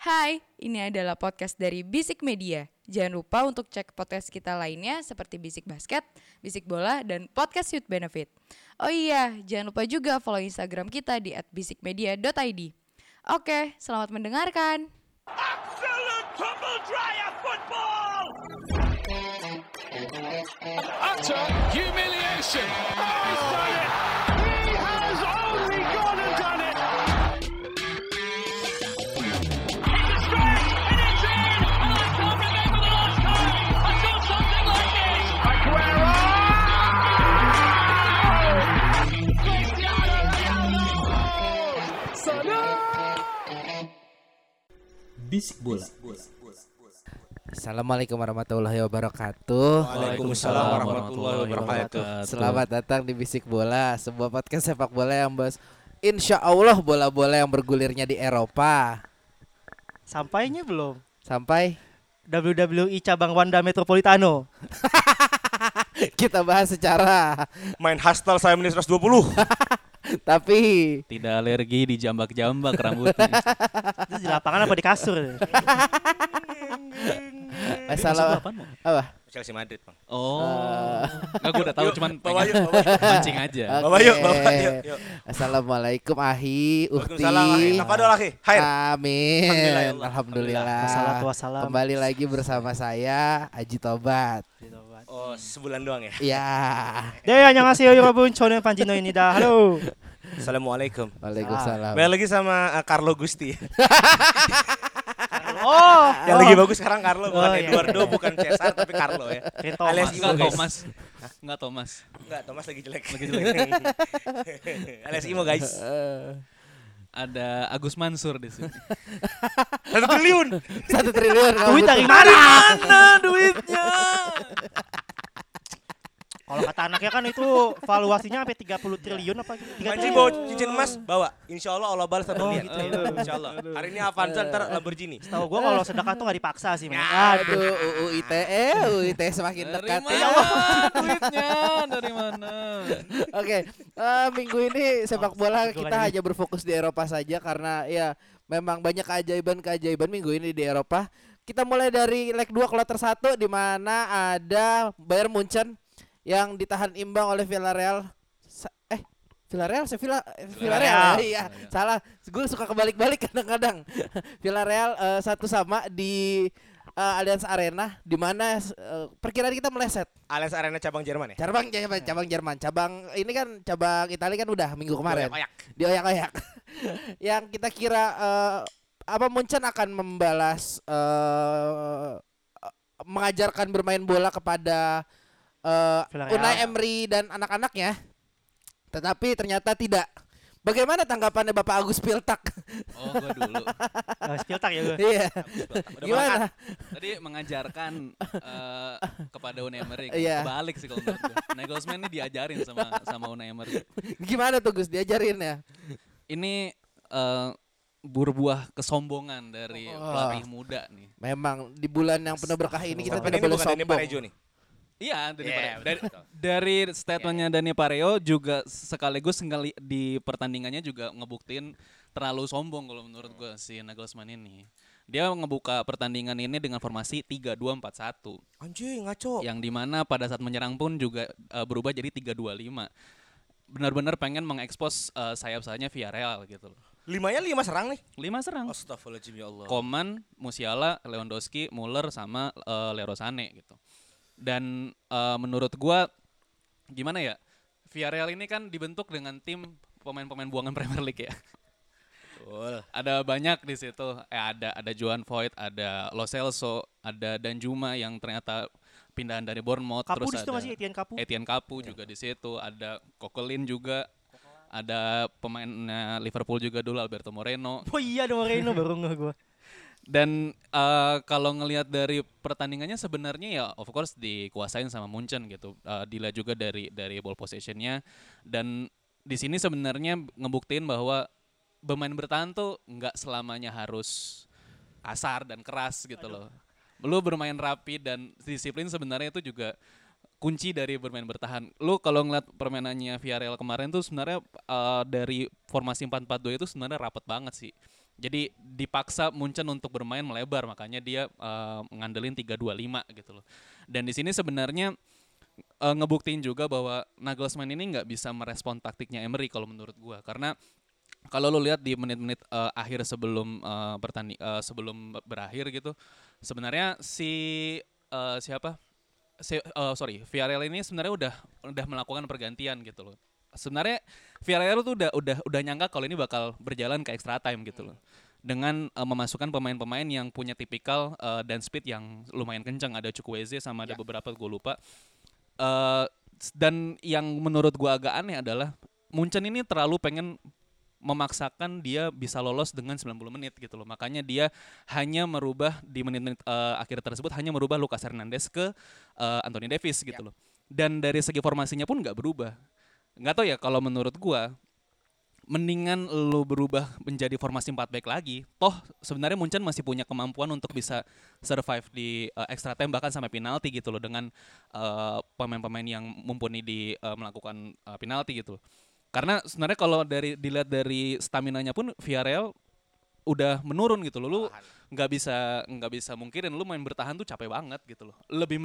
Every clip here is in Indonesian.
Hai, ini adalah podcast dari Bisik Media. Jangan lupa untuk cek podcast kita lainnya seperti Bisik Basket, Bisik Bola, dan Podcast Youth Benefit. Oh iya, jangan lupa juga follow Instagram kita di @bisikmedia.id. Oke, selamat mendengarkan. Absolute tumble dryer football! Utter humiliation! Oh, he's done it! He has only gone and done it! It's a stretch, and it's in! And I can't remember the last time I saw something like this! Aguero! Cristiano Ronaldo! Salah! Bisik Bola. Assalamualaikum warahmatullahi wabarakatuh. Waalaikumsalam warahmatullahi wabarakatuh. Selamat datang di Bisik Bola, sebuah podcast sepak bola yang bahas insya Allah bola-bola yang bergulirnya di Eropa. Sampainya belum. Sampai WWE cabang Wanda Metropolitano. kita bahas secara Main hustle saya menit 120. tapi Tidak alergi di jambak-jambak rambutnya. Itu di lapangan apa di kasur? masalah Apaan, Mo? apa? Chelsea Madrid, Bang. Oh, nggak, gue udah tahu, cuman bawa pengen yuk, bawa yuk. mancing aja. Bawa yuk, bawa yuk. Assalamualaikum Ahi, Ukti. Waalaikumsalam, Akhi. Tafadhol, Akhi. Khair. Amin. Alhamdulillah, ya Allah. Alhamdulillah. Wassalatu wassalam. Kembali lagi bersama saya Aji Tobat. Oh, sebulan doang ya. Ya. 안녕하세요 여러분. 저는 반지노입니다. Halo. Assalamualaikum. Waalaikumsalam. Balik lagi sama Carlo Gusti. Oh, Yang lagi bagus sekarang Carlo, bukan Oh, iya. Eduardo, bukan Cesar, tapi Carlo ya. Kayak Alias Thomas. Imo, Nggak guys. Thomas. Nggak Thomas. Enggak, Thomas lagi jelek. Lagi jelek. Alias Imo, guys. Ada Agus Mansur di sini. 1 triliun. 1 triliun. Duit dari kamu mana? Mana duitnya? Kalau kata anaknya kan itu valuasinya sampai 30 triliun apa gitu. 3 Anjing triliun. bawa cincin emas, bawa. Insya Allah Allah balas Oh, berlian. gitu ya. Insya Allah. Hari ini Avanza, ntar Lamborghini. Tahu gua kalau sedekah tuh enggak dipaksa sih, men. Aduh, UU ITE semakin Dari dekat. mana duitnya? Dari mana? Oke, minggu ini sepak bola Gol kita lagi. hanya berfokus di Eropa saja karena ya memang banyak keajaiban minggu ini di Eropa. Kita mulai dari leg 2 kloter 1 di mana ada Bayern Munchen yang ditahan imbang oleh Villarreal. Villarreal. Iya, salah. Gue suka kebalik-balik kadang-kadang. Villarreal 1-1 di Allianz Arena di mana perkiraan kita meleset. Allianz Arena cabang Jerman ya. Cabang Jerman. Cabang ini kan cabang Italia kan udah minggu kemarin. Oyak-oyak. Dioyak-oyak. Yang kita kira Munchen akan membalas mengajarkan bermain bola kepada Villarreal. Unai Emery dan anak-anaknya. Tetapi ternyata tidak. Bagaimana tanggapannya Bapak Agus Piltak? Oh, gue dulu. Spiltak ya gua. Iya. Udah Gimana? Tadi mengajarkan kepada Unai Emery. Iya. Kebalik sih kalau menurut gue. Nagelsmann ini diajarin sama Unai Emery. Gimana tuh Gus diajarin ya? Ini berbuah kesombongan dari Oh. pelatih muda nih. Memang di bulan yang penuh berkah ini kita Tapi tidak ini boleh bukan Dani sombong. Parejo nih. Iya, Dani Iya, Pareo. betul. Dari statementnya Dani Pareo juga sekaligus di pertandingannya juga ngebuktiin terlalu sombong kalau menurut gue si Nagelsmann ini. Dia ngebuka pertandingan ini dengan formasi 3-2-4-1 Anjing, ngaco. yang dimana pada saat menyerang pun juga berubah jadi 3-2-5. Benar-benar pengen mengekspos sayap-sayapnya Villarreal gitu loh. 5-nya 5 serang nih. 5 serang. Astagfirullahaladzim ya Allah. Koman, Musiala, Lewandowski, Muller sama Leroy Sané gitu. Dan menurut gua gimana ya? Villarreal ini kan dibentuk dengan tim pemain-pemain buangan Premier League ya. Betul. Ada banyak di situ. Ada Joan Voigt, ada Lo Celso, ada Danjuma yang ternyata pindahan dari Bournemouth. Kapu Terus di situ ada masih Etienne Kapu. Etienne Capu juga di situ. Ada Coquelin juga. Ada pemainnya Liverpool juga dulu Alberto Moreno. Oh iya, ada Moreno baru ngeh gua. Dan kalau ngelihat dari pertandingannya sebenarnya ya of course dikuasain sama Munchen gitu. Dila juga dari ball possession-nya, dan di sini sebenarnya ngebuktiin bahwa bermain bertahan tuh nggak selamanya harus kasar dan keras gitu loh. Lu bermain rapi dan disiplin sebenarnya itu juga kunci dari bermain bertahan. Lu kalau ngeliat permainannya Villarreal kemarin tuh sebenarnya dari formasi 4-4-2 itu sebenarnya rapat banget sih. Jadi dipaksa Munchen untuk bermain melebar, makanya dia ngandelin 3-2-5 gitu loh. Dan di sini sebenarnya ngebuktiin juga bahwa Nagelsmann ini nggak bisa merespon taktiknya Emery kalau menurut gua, karena kalau lo lihat di menit-menit akhir sebelum sebelum berakhir gitu, sebenarnya Villarreal ini sebenarnya udah melakukan pergantian gitu loh. Sebenarnya Villarreal tuh udah nyangka kalau ini bakal berjalan ke extra time gitu loh. Dengan memasukkan pemain-pemain yang punya tipikal dan speed yang lumayan kencang, ada Chukwueze sama ada beberapa gue lupa. Dan yang menurut gue agak aneh adalah Munchen ini terlalu pengen memaksakan dia bisa lolos dengan 90 menit gitu loh. Makanya dia hanya merubah di menit-menit akhir tersebut hanya merubah Lucas Hernandez ke Anthony Davis gitu loh. Dan dari segi formasinya pun nggak berubah. Nggak tahu ya, kalau menurut gua mendingan lu berubah menjadi formasi 4 back lagi. Toh sebenarnya Munchen masih punya kemampuan untuk bisa survive di extra time bahkan sampai penalti gitu loh, dengan pemain-pemain yang mumpuni di melakukan penalti gitu loh. Karena sebenarnya kalau dilihat dari staminanya pun Villarreal udah menurun gitu loh. Lu nggak bisa mungkirin lu main bertahan tuh capek banget gitu loh. Lebih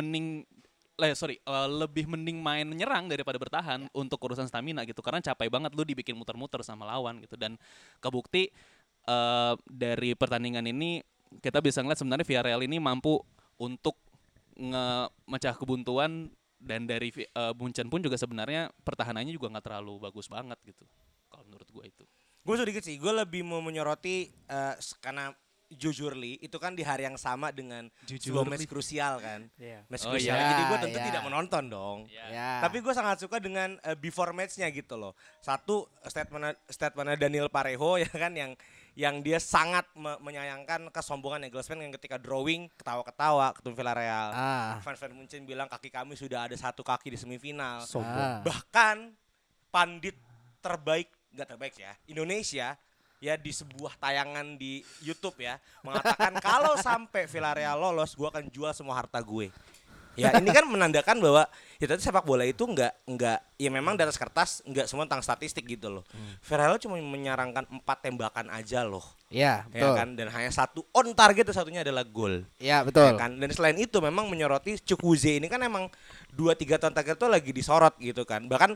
mending main menyerang daripada bertahan untuk urusan stamina gitu, karena capek banget lu dibikin muter-muter sama lawan gitu. Dan kebukti dari pertandingan ini kita bisa ngeliat sebenarnya Villarreal ini mampu untuk memecah kebuntuan. Dan dari Munchen pun juga sebenarnya pertahanannya juga nggak terlalu bagus banget gitu. Kalau menurut gue itu. Gue sedikit sih, gue lebih mau menyoroti karena jujurly itu kan di hari yang sama dengan sebuah match krusial kan. Match krusial. Jadi gue tentu tidak menonton dong. Tapi gue sangat suka dengan before match-nya gitu loh. Satu statement Daniel Parejo ya kan, yang dia sangat menyayangkan kesombongan Nagelsmann yang ketika drawing ketawa-ketawa ketemu Villarreal. Fans-fans Munchen bilang kaki kami sudah ada 1 kaki di semifinal. Bahkan pandit nggak terbaik ya, Indonesia ya, di sebuah tayangan di YouTube ya mengatakan kalau sampai Villarreal lolos, gue akan jual semua harta gue. Ya ini kan menandakan bahwa ya tadi sepak bola itu enggak ya memang di atas kertas enggak semua tentang statistik gitu loh. Villarreal cuma menyarangkan 4 tembakan aja loh. Iya, betul. Ya kan, dan hanya 1 on target, satunya adalah gol. Iya, betul. Ya kan, dan selain itu memang menyoroti Chukwueze ini kan emang 2-3 tahun terakhir itu lagi disorot gitu kan. Bahkan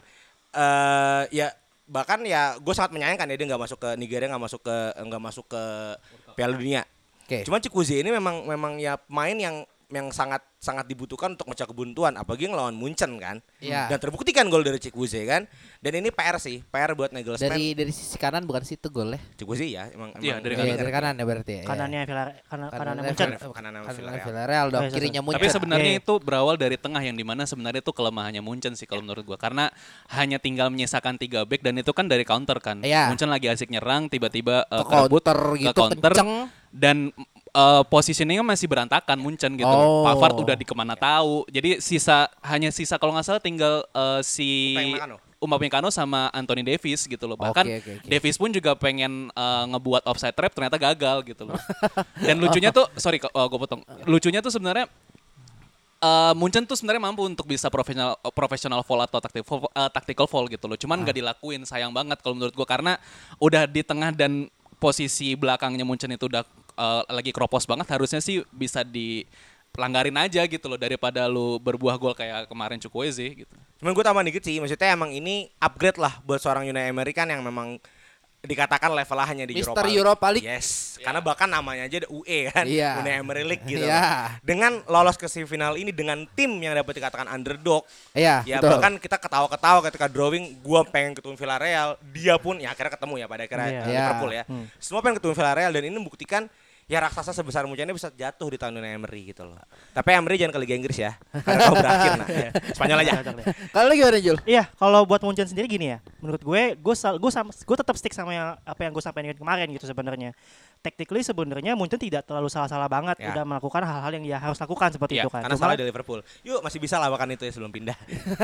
gue sangat menyayangkan ya dia nggak masuk ke Nigeria, nggak masuk ke Piala Dunia. Cuman Chukwueze ini memang ya pemain yang sangat dibutuhkan untuk mecah kebuntuan, apalagi ngelawan Munchen kan. Dan terbukti kan gol dari Chukwueze kan. Dan ini PR buat Nagelsmann. Dari sisi kanan bukan situ gol ya. Chukwueze ya emang dari kanan ya berarti ya. Kanannya Munchen. Kanannya Villarreal dong, kirinya Munchen. Tapi sebenarnya itu berawal dari tengah, yang dimana sebenarnya itu kelemahannya Munchen sih kalau menurut gua, karena hanya tinggal menyisakan 3 back dan itu kan dari counter kan. Munchen lagi asik nyerang, tiba-tiba counter gitu kenceng. Dan positioningnya masih berantakan Munchen gitu. Pavard udah di kemana tahu. Jadi hanya sisa kalau nggak salah tinggal si Upamecano sama Anthony Davis gitu loh. Bahkan Davis pun juga pengen ngebuat offside trap, ternyata gagal gitu loh. Dan lucunya tuh, gue potong. Lucunya tuh sebenarnya Munchen tuh sebenarnya mampu untuk bisa professional foul atau tactical foul gitu loh. Cuman nggak dilakuin, sayang banget kalau menurut gue, karena udah di tengah dan posisi belakangnya Munchen itu udah lagi kropos banget. Harusnya sih bisa dilanggarin aja gitu loh, daripada lu berbuah gol kayak kemarin Chukwueze gitu. Cuman gue tambah dikit sih, maksudnya emang ini upgrade lah buat seorang Unai Emery kan, yang memang dikatakan levelnya hanya di Mister Europa League. Yes, karena bahkan namanya aja ada UE kan, Unai Emery League gitu. Dengan lolos ke semifinal ini dengan tim yang dapat dikatakan underdog. Ya betul. Bahkan kita ketawa-ketawa ketika drawing, gua pengen ketemu Villarreal, dia pun ya akhirnya ketemu ya pada akhirnya Liverpool ya. Semua pengen ketemu Villarreal, dan ini membuktikan ya raksasa sebesar Munchen bisa jatuh di tangan Unai Emery gitu loh. Tapi Emery jangan ke Liga Inggris ya, karena kau berakhir Spanyol aja. Kalau gimana Jul? Iya, kalau buat Munchen sendiri gini ya. Menurut gue tetap stick sama apa yang gue sampaikan kemarin gitu sebenarnya. Tactically sebenarnya Munchen tidak terlalu salah-salah banget, udah melakukan hal-hal yang dia harus lakukan seperti itu kan. Karena salah di Liverpool. Yuk masih bisa lah makan itu ya sebelum pindah.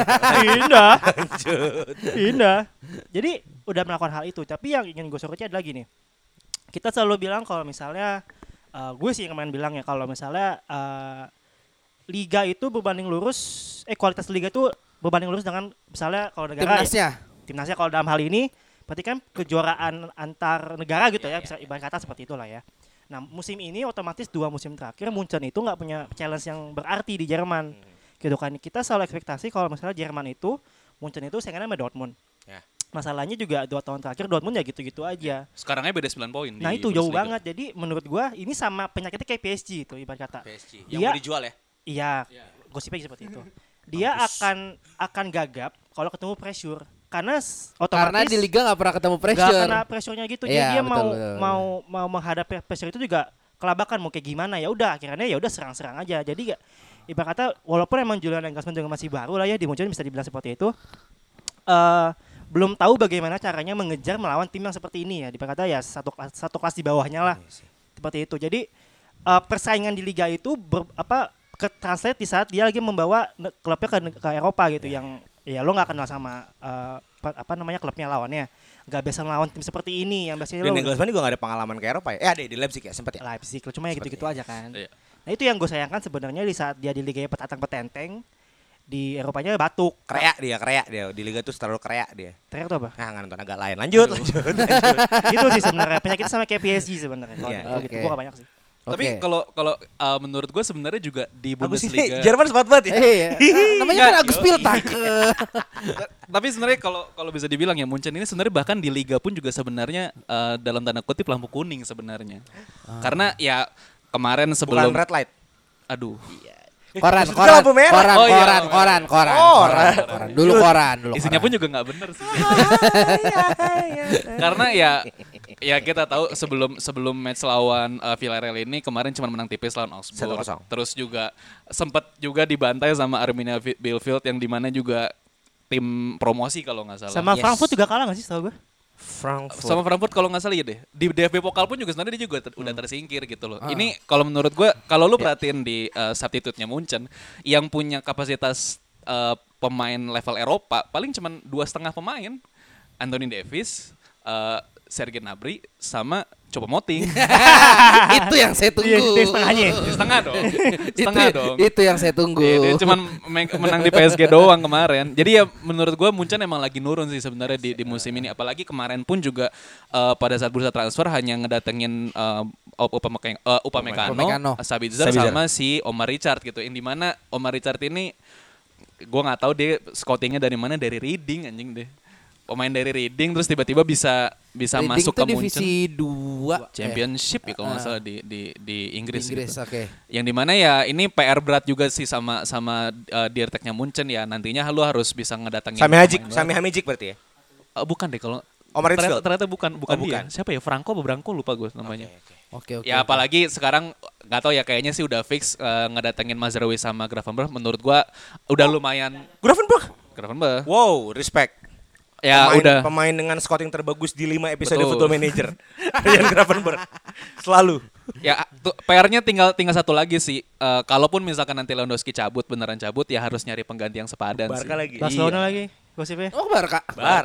Pindah. Jadi udah melakukan hal itu. Tapi yang ingin gue soroti adalah gini. Kita selalu bilang kalau misalnya gue sih yang kemarin bilang ya, kalau misalnya liga itu berbanding lurus, kualitas liga itu berbanding lurus dengan misalnya kalau negara timnasnya kalau dalam hal ini Berarti kan kejuaraan antar negara gitu ya, bisa ibarat kata seperti itulah ya. Nah musim ini otomatis 2 musim terakhir Munchen itu nggak punya challenge yang berarti di Jerman. Gitu kan, kita selalu ekspektasi kalau misalnya Jerman itu, Munchen itu saingannya sama Dortmund. Masalahnya juga 2 tahun terakhir Dortmund ya gitu-gitu aja. Sekarangnya beda 9 poin. Nah itu jauh banget. Jadi menurut gua ini sama penyakitnya kayak PSG itu ibarat kata. PSG. Yang mau dijual ya? Iya. Gosipnya seperti itu. Dia akan gagap kalau ketemu pressure. Karena otomatis di liga nggak pernah ketemu pressure. Gak kena pressure-nya gitu. Jadi dia betul. mau menghadapi pressure itu juga kelabakan mau kayak gimana ya udah akhirnya ya udah serang-serang aja. Jadi ibarat kata walaupun emang Julian Nagelsmann juga masih baru lah ya di Munchen bisa dibilang seperti itu. Belum tahu bagaimana caranya mengejar melawan tim yang seperti ini ya. Ibarat kata ya satu kelas di bawahnya lah. Seperti itu. Jadi persaingan di liga itu ke translate di saat dia lagi membawa klubnya ke Eropa gitu yang ya lo nggak kenal sama klubnya lawannya, nggak biasa melawan tim seperti ini yang biasanya lo. Dan Nagelsmann juga nggak ada pengalaman ke Eropa ya? Ada di Leipzig ya sempat ya. Leipzig, cuma ya gitu-gitu aja kan. Nah itu yang gue sayangkan sebenarnya di saat dia di liga petenteng di Eropanya batuk. Kreak dia di liga tuh terlalu kreak dia. Kreak itu apa? Nah nggak nonton agak lain. Lanjut. Itu sih sebenarnya penyakit sama kayak PSG sebenarnya. Gitu gue gak banyak sih. Tapi kalau menurut gue sebenarnya juga di Bundesliga Jerman sempat banget ya. Namanya kan Agus Piltak. Tapi sebenarnya kalau bisa dibilang ya Munchen ini sebenarnya bahkan di liga pun juga sebenarnya dalam tanda kutip lampu kuning sebenarnya. Karena ya kemarin sebelum bukan red light. Aduh. Koran. Dulu koran. Isinya pun juga nggak bener sih. Karena ya kita tahu sebelum match lawan Villarreal ini kemarin cuma menang tipis lawan Augsburg. Terus juga sempat juga dibantai sama Arminia Bielefeld yang dimana juga tim promosi kalau nggak salah. Sama Frankfurt juga kalah nggak sih setahu gue? Sama Frankfurt kalau nggak salah ya deh. Di DFB Pokal pun juga sebenarnya dia juga udah tersingkir gitu loh. Ini kalau menurut gue, kalau lu perhatiin di substitute-nya Munchen yang punya kapasitas pemain level Eropa paling cuma 2,5 pemain. Anthony Davis, Serge Gnabry sama Choupo-Moting. Itu yang saya tunggu. Itu setengahnya. Setengah dong. Itu yang saya tunggu. Dia cuma menang di PSG doang kemarin. Jadi ya menurut gue Munchen emang lagi nurun sih sebenarnya di musim ini. Apalagi kemarin pun juga pada saat bursa transfer hanya ngedatengin Upamecano, Sabitzer sama si Omar Richard gitu. Yang dimana Omar Richard ini gue nggak tahu dia scoutingnya dari mana, dari Reading anjing deh. Pemain dari Reading terus tiba-tiba bisa masuk ke Munchen. Divisi 2 Championship ya kalau nggak salah di Inggris gitu. Okay. Yang dimana ya ini PR berat juga sih sama Dierteknya Munchen ya, nantinya lu harus bisa ngedatangin Sami Hamidžić berarti ya? Bukan deh kalau Omar Richard. Ternyata bukan dia. Siapa ya? Franco apa Branco lupa gue namanya. Oke. Ya apalagi sekarang nggak tahu ya, kayaknya sih udah fix ngedatengin Mazraoui sama Gravenberch. Menurut gua udah lumayan. Gravenberch. Wow, respect. Ya pemain dengan scouting terbagus di 5 episode Football Manager. Ryan Gravenberch. Selalu. Ya PR-nya tinggal satu lagi sih. Kalaupun misalkan nanti Lewandowski beneran cabut ya harus nyari pengganti yang sepadan Barca sih. lagi. Barcelona lagi. Gosipnya. Oh Barca.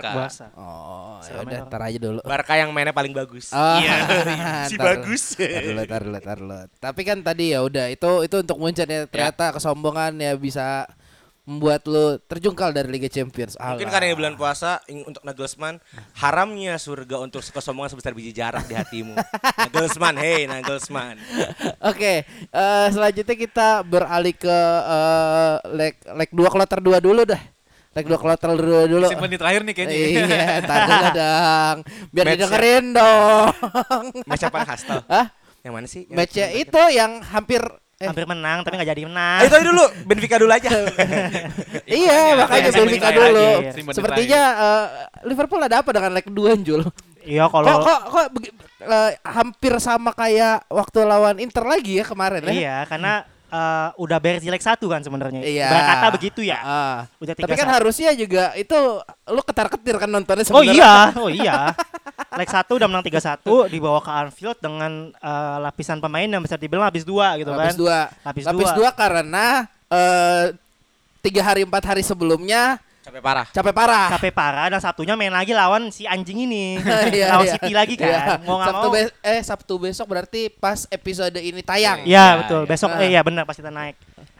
Oh, ya udah tar aja dulu. Barca yang mainnya paling bagus. Si bagus. Tar dulu. Tapi kan tadi ya udah itu untuk Munchen ya, ternyata kesombongan ya bisa membuat lu terjungkal dari Liga Champions. Mungkin karena ini bulan puasa untuk Nagelsmann, haramnya surga untuk kesombongan sebesar biji jarak di hatimu. Nagelsmann. Oke, selanjutnya kita beralih ke leg 2 kloter 2 dulu dah. Leg 2 kloter 2 dulu. Simpen di terakhir nih kayaknya. Iya, tar dulu dong. Biar didengerin dong. Match apa Hustle? Hah? Yang mana sih? Match-nya itu yang hampir menang tapi gak jadi menang. Itu dulu, Benfica dulu aja. Iya, makanya Benfica dulu. Sepertinya Liverpool ada apa dengan leg 2 Jul? Iya kalau kok hampir sama kayak waktu lawan Inter lagi ya kemarin ya. Iya, karena udah beres di leg 1 kan sebenarnya. Iya. Berkata begitu ya. Udah 3-1. Tapi kan harusnya juga itu lu ketar-ketir kan nontonnya sebenarnya. Oh iya. Leg 1 udah menang 3-1 dibawa ke Anfield dengan lapisan pemain yang bisa dibilang lapis 2 gitu kan. Lapis 2 karena 3 hari 4 hari sebelumnya capek parah dan satunya main lagi lawan si anjing ini. Lawan City lagi kan. Mau enggak mau. Sabtu besok berarti pas episode ini tayang. Iya betul. Besok benar pas kita naik.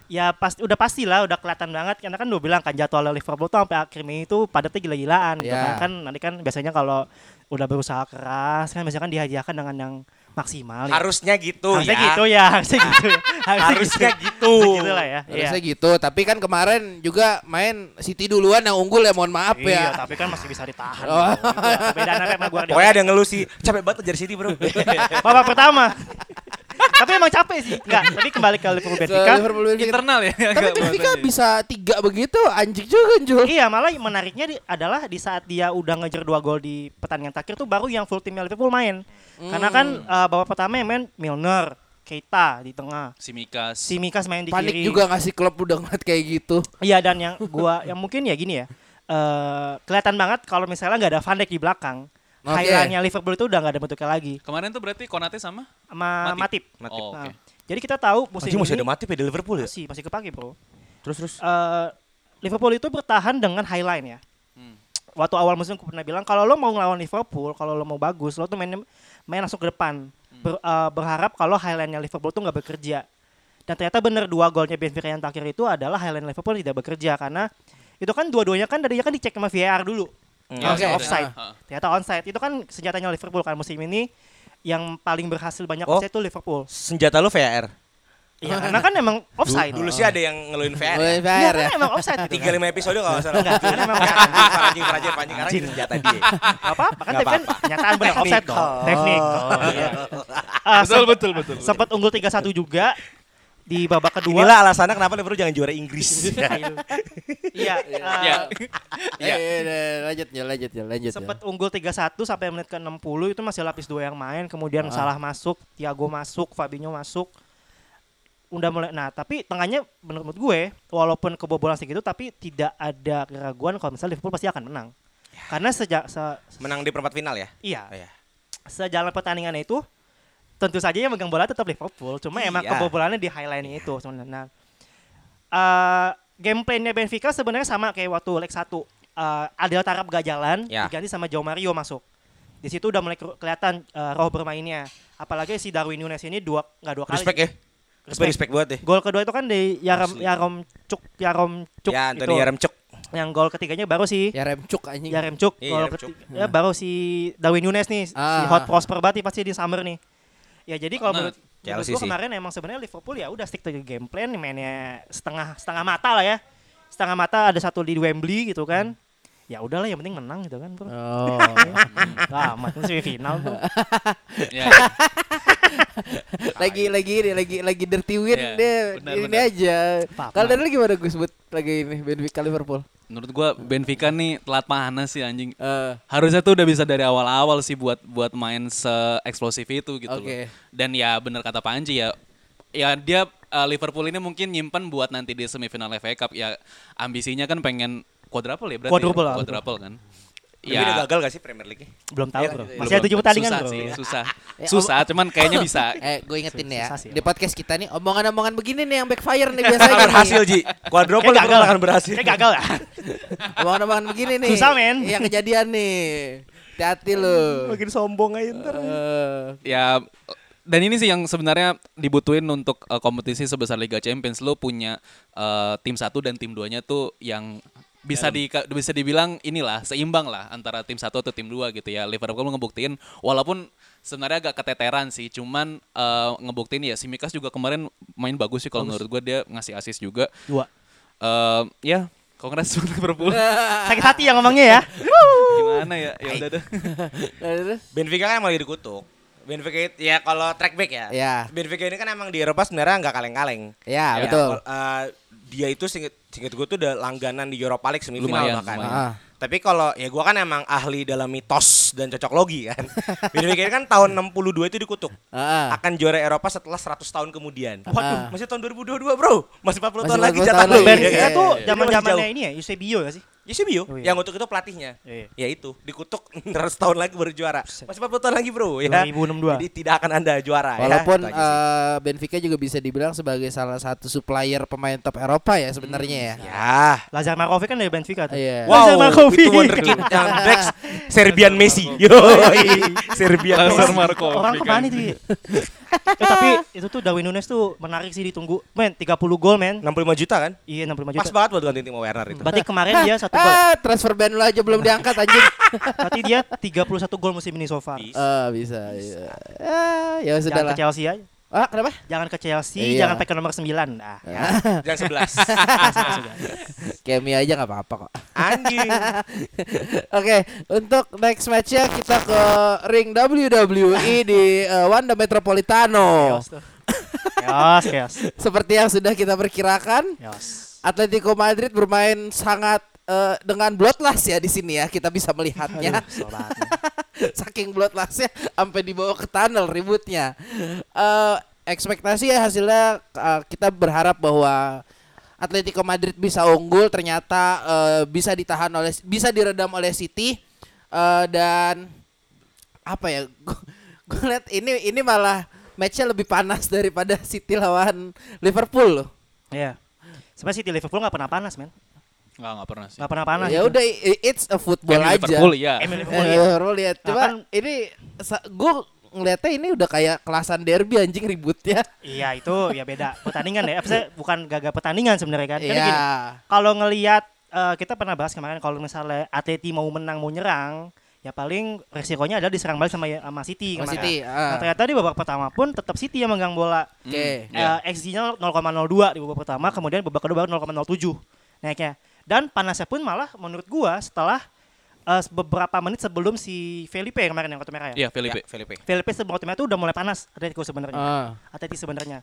Ya udah pastilah, udah kelihatan banget karena kan udah bilang kan jadwal Liverpool tuh sampai akhir Mei itu padatnya gila-gilaan gitu kan. Nanti kan biasanya kalau udah berusaha keras kan biasanya kan dihadiahkan dengan yang maksimal. Harusnya gitu harusnya ya. Gitu ya, harusnya gitu. Harusnya gitu. Gitu lah ya. Harusnya gitu, tapi kan kemarin juga main City duluan yang unggul ya, mohon maaf Iya, ya. tapi kan masih bisa ditahan. Oh. Bedanya sama Guardiola. Pokoknya ada yang ngeluh sih, capek banget ngejar City bro. Babak pertama. Tapi emang capek sih. Enggak, tapi kembali ke Liverpool Benfica. Internal ya. Tapi Benfica bisa 3 begitu, anjing juga Jul. Iya, malah menariknya adalah di saat dia udah ngejar 2 gol di pertandingan terakhir tuh baru yang full timnya Liverpool main. Karena kan babak pertama yang main Milner, Keita di tengah. Simikas main di Panik kiri. juga ngasih klub udah ngeliat kayak gitu. Iya, dan yang mungkin ya gini ya. Kelihatan banget kalau misalnya nggak ada Van Dijk di belakang. Highlightnya Liverpool itu udah nggak ada bentuknya lagi. Kemarin tuh berarti Konate sama Matip. Oh, Nah, oke. jadi kita tahu musim ini Masih ada Matip ya di Liverpool ya? masih kepake bro. Terus. Liverpool itu bertahan dengan highline ya. Waktu awal musim aku pernah bilang kalau lo mau ngelawan Liverpool, kalau lo mau bagus, lo tuh main langsung ke depan. Berharap kalau highline-nya Liverpool tuh nggak bekerja. Dan ternyata bener 2 golnya Benfica yang terakhir itu adalah highline Liverpool tidak bekerja karena itu kan dua-duanya kan tadinya kan dicek sama VAR dulu. Offside. Ternyata onside. Itu kan senjatanya Liverpool kan musim ini yang paling berhasil banyak offside itu Liverpool. Senjata lu VAR? Iya, karena kan emang offside. Dulu sih ada yang ngeluhin VAR. Ngeluhin Ya? Iya, VAR ya. kan emang offside gitu. 3-5 episode kalau nggak salah. Enggak, kan emang Anjing karena senjata dia. apa-apa kan Nggak tapi kan apa-apa. kenyataan benar offside dong. Teknik. Iya. Betul. Sempat unggul 3-1 juga di babak kedua. Inilah alasannya kenapa Liverpool jangan juara Inggris. Iya. Lanjut. Sempat unggul 3-1 sampai menit ke-60 itu masih lapis 2 yang main, kemudian Salah masuk, Thiago masuk, Fabinho masuk. Udah mulai. Nah, tapi tengahnya menurut gue walaupun kebobolan segitu tapi tidak ada keraguan kalau misalnya Liverpool pasti akan menang. Karena Menang di perempat final ya? Iya. Oh, iya. Sejalan pertandingannya itu tentu saja yang megang bola tetap Liverpool. Cuma emang kebobolannya di highlight-nya itu sebenarnya. Nah, game plan-nya Benfica sebenarnya sama kayak waktu leg 1. Adel Tarap gak jalan, diganti sama João Mario masuk. Di situ udah mulai kelihatan roh bermainnya. Apalagi si Darwin Núñez ini dua kali. Respect ya? Respect banget deh. Gol kedua itu kan di Yaremchuk Ya, Anthony itu. Yaremchuk. Yang gol ketiganya baru si Yaremchuk anjing. Yaremchuk. Iya, Gol Yaremchuk. ketiga baru si Darwin Núñez nih, si hot prosper banget pasti di summer nih. Ya jadi kalau menurut gue kemarin emang sebenarnya Liverpool ya udah stick to game plan, mainnya setengah mata lah ya. Setengah mata ada satu di Wembley gitu kan. Ya udahlah yang penting menang gitu kan, bro. Oh. Amat semifinal tuh. Ya. lagi dirty win Iya, deh. benar, Ini benar. aja. Kalau dari lu gimana Gus buat lagi ini Benfica Liverpool? Menurut gua Benfica nih telat panas sih anjing. Harusnya tuh udah bisa dari awal-awal sih buat main se-eksplosif itu gitu loh. Dan ya bener kata Panji ya dia Liverpool ini mungkin nyimpen buat nanti di semifinal FA Cup ya, ambisinya kan pengen quadruple ya berarti. Quadruple kan. Ya. Udah gagal gak sih Premier League? Belum tahu, bro. Belum. Masih ada 7 pertandingan, susah bro. sih, susah, cuman kayaknya bisa. Gue ingetin ya, Susah sih, di podcast kita nih omongan-omongan begini nih yang backfire nih biasanya. Berhasil Ji. Quadruple Kayak gagal akan berhasil. Kayak gagal ya. Omongan-omongan begini nih. Susah, men. Yang kejadian nih. Hati-hati lu. Makin sombong aja ntar. Ya dan ini sih yang sebenarnya dibutuhin untuk kompetisi sebesar Liga Champions. Lo punya tim 1 dan tim 2-nya tuh yang bisa dibilang inilah seimbang lah antara tim 1 atau tim 2 gitu ya. Liverpool ngebuktiin walaupun sebenarnya agak keteteran sih, cuman ngebuktiin ya Simikas juga kemarin main bagus sih kalau menurut gue, dia ngasih assist juga. 2. Ya, kongres Liverpool. Sakit hati ya ngomongnya ya. Gimana ya? Ya udah deh. Benfica kan lagi dikutuk. Benfica ya kalau track back ya. Ya. Benfica ini kan emang di Eropa sebenarnya nggak kaleng-kaleng. Ya, betul. Dia itu singkat gue tuh udah langganan di Europa League semifinal bahkan. Lumayan. Tapi kalau ya gue kan emang ahli dalam mitos dan cocok logi kan. Benfica ini kan tahun 62 itu dikutuk. Akan juara Eropa setelah 100 tahun kemudian. Waduh, masih tahun 2022 bro. Masih 40 tahun lagi jatah lu. Benfica tuh zaman-zamannya ini ya, Eusebio gak sih? Eusebio, Oh, iya. yang untuk itu pelatihnya. Iya. Ya itu, dikutuk terus tahun lagi baru juara. Masih 40 tahun lagi, Bro, ya. 2062. Jadi tidak akan Anda juara Walaupun ya. Itu aja sih. Benfica juga bisa dibilang sebagai salah satu supplier pemain top Eropa ya sebenarnya ya. Ya. Lazar Markovic kan dari Benfica tuh. Iya. Lazar Wow, Markovic. itu wonderkid yang next Serbian Messi. Yoi, Serbian Lazar Messi. Markovic. Orang kemana itu ya? Tapi itu tuh Darwin Nunes tuh menarik sih ditunggu. Men, 30 gol men. 65 juta kan? Iya 65 Pas juta. banget buat gantiin Timo Werner itu. Berarti kemarin dia 1 gol. Transfer ban lu aja belum diangkat anjing. Berarti dia 31 gol musim ini so far. Bisa. Iya. Ya Jangan sudahlah. ke Chelsea aja. Kenapa? Jangan ke Chelsea, Iya. jangan pakai nomor 9. Nah, ya. Jangan 11. Kemi aja nggak apa-apa kok. Anjing. Oke, untuk next matchnya kita ke ring WWE di Wanda Metropolitano. Chaos tuh. Chaos. Seperti yang sudah kita perkirakan, Chaos. Atletico Madrid bermain sangat dengan bloodlust ya di sini ya, kita bisa melihatnya. Aduh, kesel banget nih. Saking bloodlustnya sampai dibawa ke tunnel ributnya. Ekspektasi ya hasilnya kita berharap bahwa Atletico Madrid bisa unggul, ternyata bisa diredam oleh City. Dan apa ya? Gue lihat ini malah matchnya lebih panas daripada City lawan Liverpool loh. Iya. Sebenarnya City Liverpool enggak pernah panas, men. Nggak pernah sih. Enggak pernah panas. Ya itu. udah it's a football MU aja. Liverpool ya. MU Liverpool ya. Liverpool lihat. Nah, Coba kan- ini gue ngeliatnya ini udah kayak kelasan derby anjing ributnya. Iya, itu ya beda pertandingan ya. Maksudnya bukan gagal pertandingan sebenarnya kan. Karena Iya. gini, kalau ngelihat kita pernah bahas kemarin kalau misalnya Atleti mau menang mau nyerang, ya paling resikonya adalah diserang balik sama City Mas kemarin. City. Nah, ternyata di babak pertama pun tetap City yang megang bola. Oke. Iya. XG-nya 0,02 di babak pertama, kemudian babak kedua baru 0,07 naiknya. Dan panasnya pun malah menurut gua setelah beberapa menit sebelum si Felipe kemarin yang kartu merah ya. Iya, Felipe. Felipe. Felipe sebelum kartu merah itu udah mulai panas Atletico sebenarnya. Atleti sebenarnya.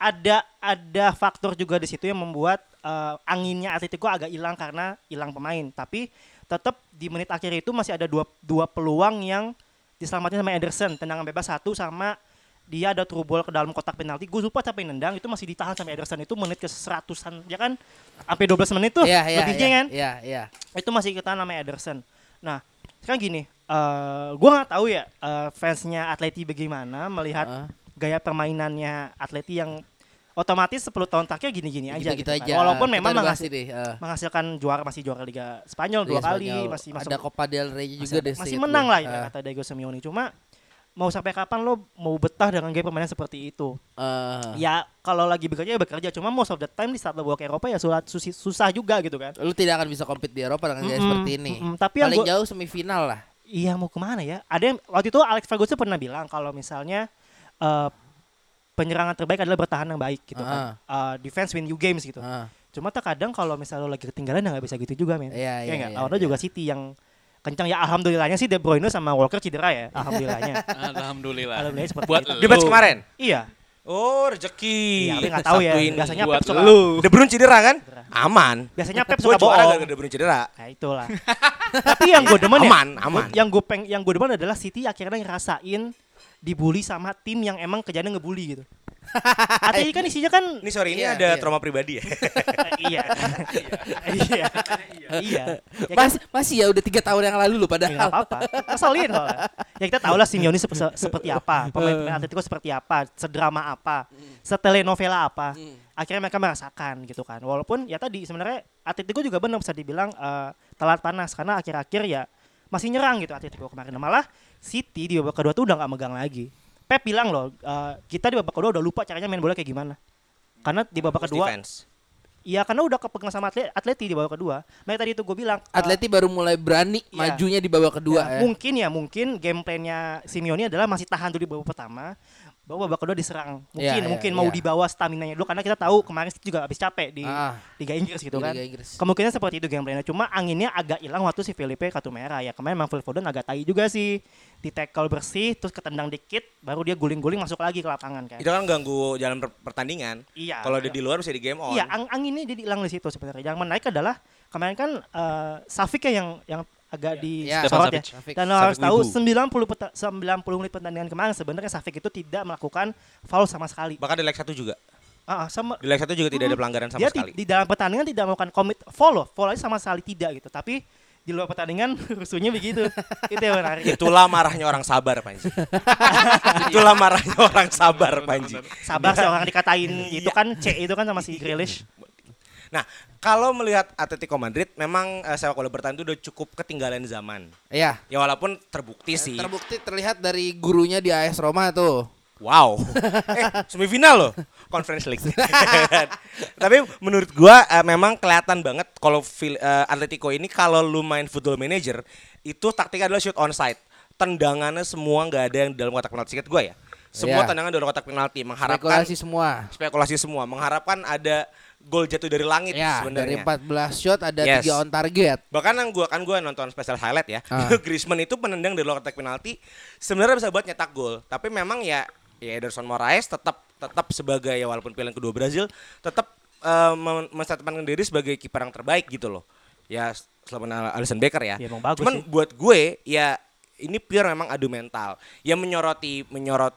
Ada faktor juga di situ yang membuat anginnya Atletico agak hilang karena hilang pemain. Tapi tetap di menit akhir itu masih ada dua peluang yang diselamatin sama Ederson, tendangan bebas satu sama dia ada through ball ke dalam kotak penalti. Gue lupa siapa yang nendang, itu masih ditahan sama Ederson, itu menit ke 100-an ya kan, sampai 12 menit tuh lebihnya kan. Iya. Itu masih kita namanya Ederson. Nah, sekarang gini, gue nggak tahu ya fansnya Atleti bagaimana melihat gaya permainannya Atleti yang otomatis 10 tahun terakhir gini-gini aja. Gitu Kan. Walaupun memang masih menghasilkan juara Liga Spanyol 2 kali, masih ada Copa del Rey juga deh. masih menang lah ya kata Diego Simeone. Cuma mau sampai kapan lo mau betah dengan gaya permainan seperti itu? Ya kalau lagi bekerja ya bekerja. Cuma most of the time di saat lo bawa ke Eropa ya susah juga gitu kan. Lu tidak akan bisa compete di Eropa dengan gaya seperti ini. Tapi yang paling jauh semifinal lah. Iya, mau kemana ya? Ada yang waktu itu Alex Ferguson pernah bilang kalau misalnya penyerangan terbaik adalah bertahan yang baik gitu kan. Defense win you games gitu. Cuma terkadang kalau misalnya lo lagi ketinggalan ya nggak bisa gitu juga men. Iya. Lawannya juga City yang kencang ya, alhamdulillahnya sih De Bruyne sama Walker cedera ya, alhamdulillahnya. Alhamdulillah. Seperti Buat itu. Di match kemarin? Iya. Oh, rezeki. Iya, tapi nggak tahu ya. Sabtu ini. Biasanya Buat Pep suka lu. De Bruyne cedera kan? Cedera. Aman. Biasanya Pep Gue suka juara bohong. gara-gara De Bruyne cedera. Nah, itulah. Tapi yang gue demen ya, Aman. yang gue demen adalah City akhirnya ngerasain dibully sama tim yang emang kejadian ngebully gitu. Atleti kan isinya kan Ini sorry, ini Iya, ada iya. trauma pribadi ya. iya. Iya. Ya kan? Masih ya udah 3 tahun yang lalu loh Ya, padahal. nggak apa-apa. Keselin soalnya. Ya kita tahu lah Simeone seperti apa, pemain Atletico seperti apa, sedrama apa, setelenovela apa. Akhirnya mereka merasakan gitu kan. Walaupun ya tadi sebenarnya Atletico juga benar bisa dibilang telat panas karena akhir-akhir ya masih nyerang gitu Atletico kemarin. Malah City di babak kedua tuh udah nggak megang lagi. Pep bilang loh, kita di babak kedua udah lupa caranya main bola kayak gimana. Karena di babak Fokus kedua, defense. iya karena udah kepegang sama Atleti di babak kedua. Makanya tadi itu gue bilang, Atleti baru mulai berani Iya. majunya di babak kedua ya. mungkin game plan-nya Simeone adalah masih tahan dulu di babak pertama, baru babak kedua diserang. Mungkin mau dibawa stamina-nya dulu karena kita tahu kemarin juga habis capek di Liga Inggris gitu Di kan. Liga Inggris. Kemungkinan seperti itu game plan-nya. Cuma anginnya agak hilang waktu si Felipe kartu merah ya. Kemarin memang Phil Foden agak tai juga sih. Di tackle bersih terus ketendang dikit baru dia guling-guling masuk lagi ke lapangan kan. Itu kan ganggu jalan pertandingan. Iya. Kalau dia di luar bisa di game on. Iya, anginnya dia hilang di situ sebenarnya. Yang menarik adalah kemarin kan Safik ya yang agak di Iya, sorot ya. Safik. Dan lo harus Safik tahu Wibu. 90 menit pertandingan kemarin sebenarnya Safik itu tidak melakukan foul sama sekali. Bahkan di leg 1 juga. Sama Di leg 1 juga tidak ada pelanggaran sama dia sekali. di dalam pertandingan tidak melakukan follow aja sama sekali tidak gitu. Tapi di luar pertandingan rusuhnya begitu. Itu yang menarik. Itulah marahnya orang sabar, Panji. Itulah marahnya orang sabar, Panji. Sabar seorang dikatain itu kan itu kan sama si Grealish. Nah, kalau melihat Atletico Madrid memang sepak bola bertahan itu udah cukup ketinggalan zaman. Iya. Ya walaupun terbukti sih. Terbukti terlihat dari gurunya di AS Roma tuh. Wow. Semifinal loh Conference League. Tapi menurut gua memang kelihatan banget kalau Atletico ini kalau lu main Football Manager itu taktiknya adalah shoot on side. Tendangannya semua nggak ada yang di dalam kotak penalti. Ingat gua ya. Semua tendangan di dalam kotak penalti mengharapkan spekulasi semua mengharapkan ada gol jatuh dari langit sebenarnya. Dari 14 shot ada 3 on target. Bahkan yang gua nonton special highlight ya. Griezmann itu penendang dari luar kotak penalti sebenarnya bisa buat nyetak gol. Tapi memang ya Ederson Moraes tetap sebagai walaupun pilihan kedua Brazil tetap menstatementkan diri sebagai kiper yang terbaik gitu loh. Ya selain Alisson Becker ya. Cuman buat gue ya ini pure memang adu mental. Ya menyoroti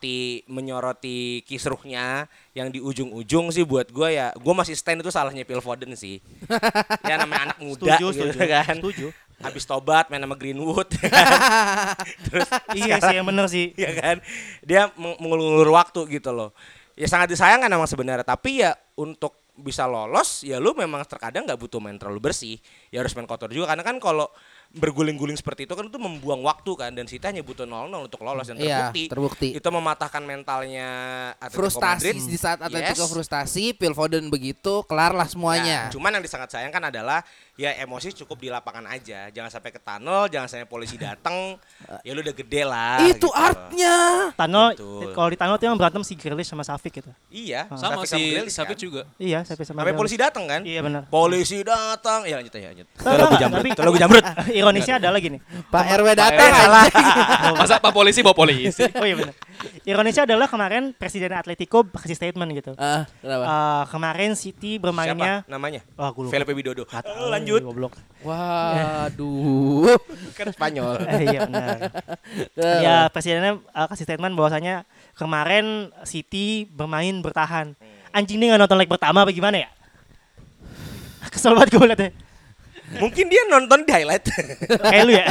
kisruhnya yang di ujung-ujung sih buat gue ya gue masih stand itu salahnya Phil Foden sih. Ya namanya anak muda gitu kan. Habis tobat main sama Greenwood. Terus iya sih yang bener sih. Iya kan. Dia mengulur waktu gitu loh. Ya sangat disayangkan memang sebenarnya, tapi ya untuk bisa lolos ya lu memang terkadang nggak butuh main terlalu bersih. Ya harus main kotor juga karena kan kalau berguling-guling seperti itu kan itu membuang waktu kan dan City hanya butuh 0-0 untuk lolos dan terbukti. Itu mematahkan mentalnya Atletico frustasi Madrid. Di saat Atletico frustasi, Phil Foden begitu, kelarlah semuanya. Ya, cuman yang sangat sayangkan adalah ya emosi cukup di lapangan aja. Jangan sampai ke tunnel, jangan sampai polisi datang. Ya lu udah gede lah. Itu gitu. Artnya. Tunnel kalau di tunnel itu yang berantem si Grealish sama Safik gitu. Iya, sama si Safik juga. Iya, Safik sama. Sampai polisi datang kan? Iya benar. Polisi datang. Ya lanjut. Itu lagu jamrut. Ironisnya adalah gini. Pak RW datang salah. Masa Pak Polisi bawa polisi? Oh iya benar. Ironisnya adalah kemarin Presiden Atletico kasih statement gitu. Kenapa? Kemarin City bermainnya siapa namanya? Wah, gue lupa. Felipe Widodo. Lanjut. Goblok. Waduh. Kan Spanyol. Iya benar. Ya presidennya kasih statement bahwasanya kemarin City bermain bertahan. Anjing nih nggak nonton leg pertama apa gimana ya? Kesel banget gue liatnya. Mungkin dia nonton di highlight. Kayak lu ya.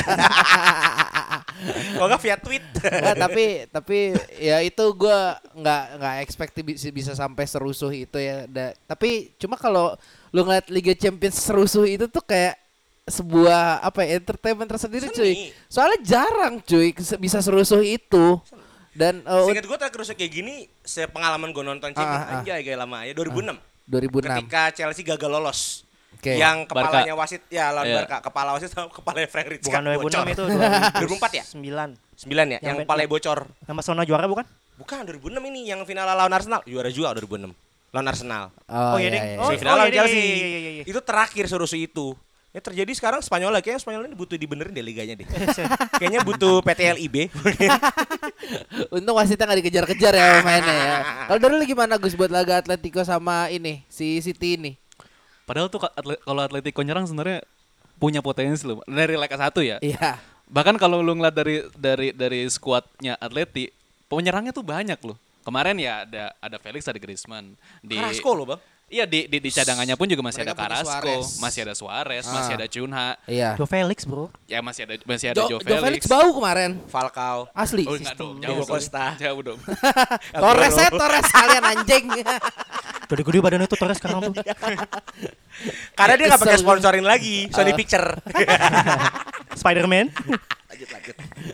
Kalau nggak via tweet. Nggak, tapi ya itu gue nggak expect bisa sampai serusuh itu ya. Tapi cuma kalau lu ngeliat Liga Champions serusuh itu tuh kayak sebuah entertainment tersendiri cuy. Soalnya jarang cuy bisa serusuh itu. Dan seingat gue terakhir kayak gini, sepengalaman gue nonton Champions aja kayak lama ya 2006. Ketika Chelsea gagal lolos. Yang kepalanya Barca. wasit ya lawan Barca, kepala wasit sama kepala Frank Rijkaard bukan 2006 itu 2004 ya? 9 ya, yang kepalanya bocor. Yang Barcelona juara bukan? Bukan 2006 ini yang final lawan Arsenal, juara juga 2006. Lawan Arsenal. Oh iya deh. Final lawan Chelsea. Itu terakhir serusuh itu. Ya terjadi sekarang Spanyol lagi, kayaknya Spanyol ini butuh dibenerin deh liganya deh. Kayaknya butuh PT LIB. Untung wasitnya nggak dikejar-kejar ya mainnya ya. Kalau dari lu gimana Gus buat laga Atletico sama ini si City ini? Padahal tuh kalau Atletico nyerang sebenarnya punya potensi loh. Dari leg 1 ya. Iya. Bahkan kalau lu ngeliat dari skuadnya Atleti, penyerangnya tuh banyak loh. Kemarin ya ada Felix, ada Griezmann. Carrasco loh, Bang. Iya di cadangannya pun juga masih Mereka ada Carrasco, masih ada Suarez, masih ada Cunha. Iya. Jo Felix, Bro. Ya masih ada Jo Felix Felix. bau kemarin. Falcao. Asli. Oh enggak dong, Diego Costa. Jauh dong. Torres kalian anjing. Udah gede badannya tuh Torres sekarang tuh. Karena dia nggak pakai sponsorin lagi, Sony Picture. Spider-Man. Lanjut.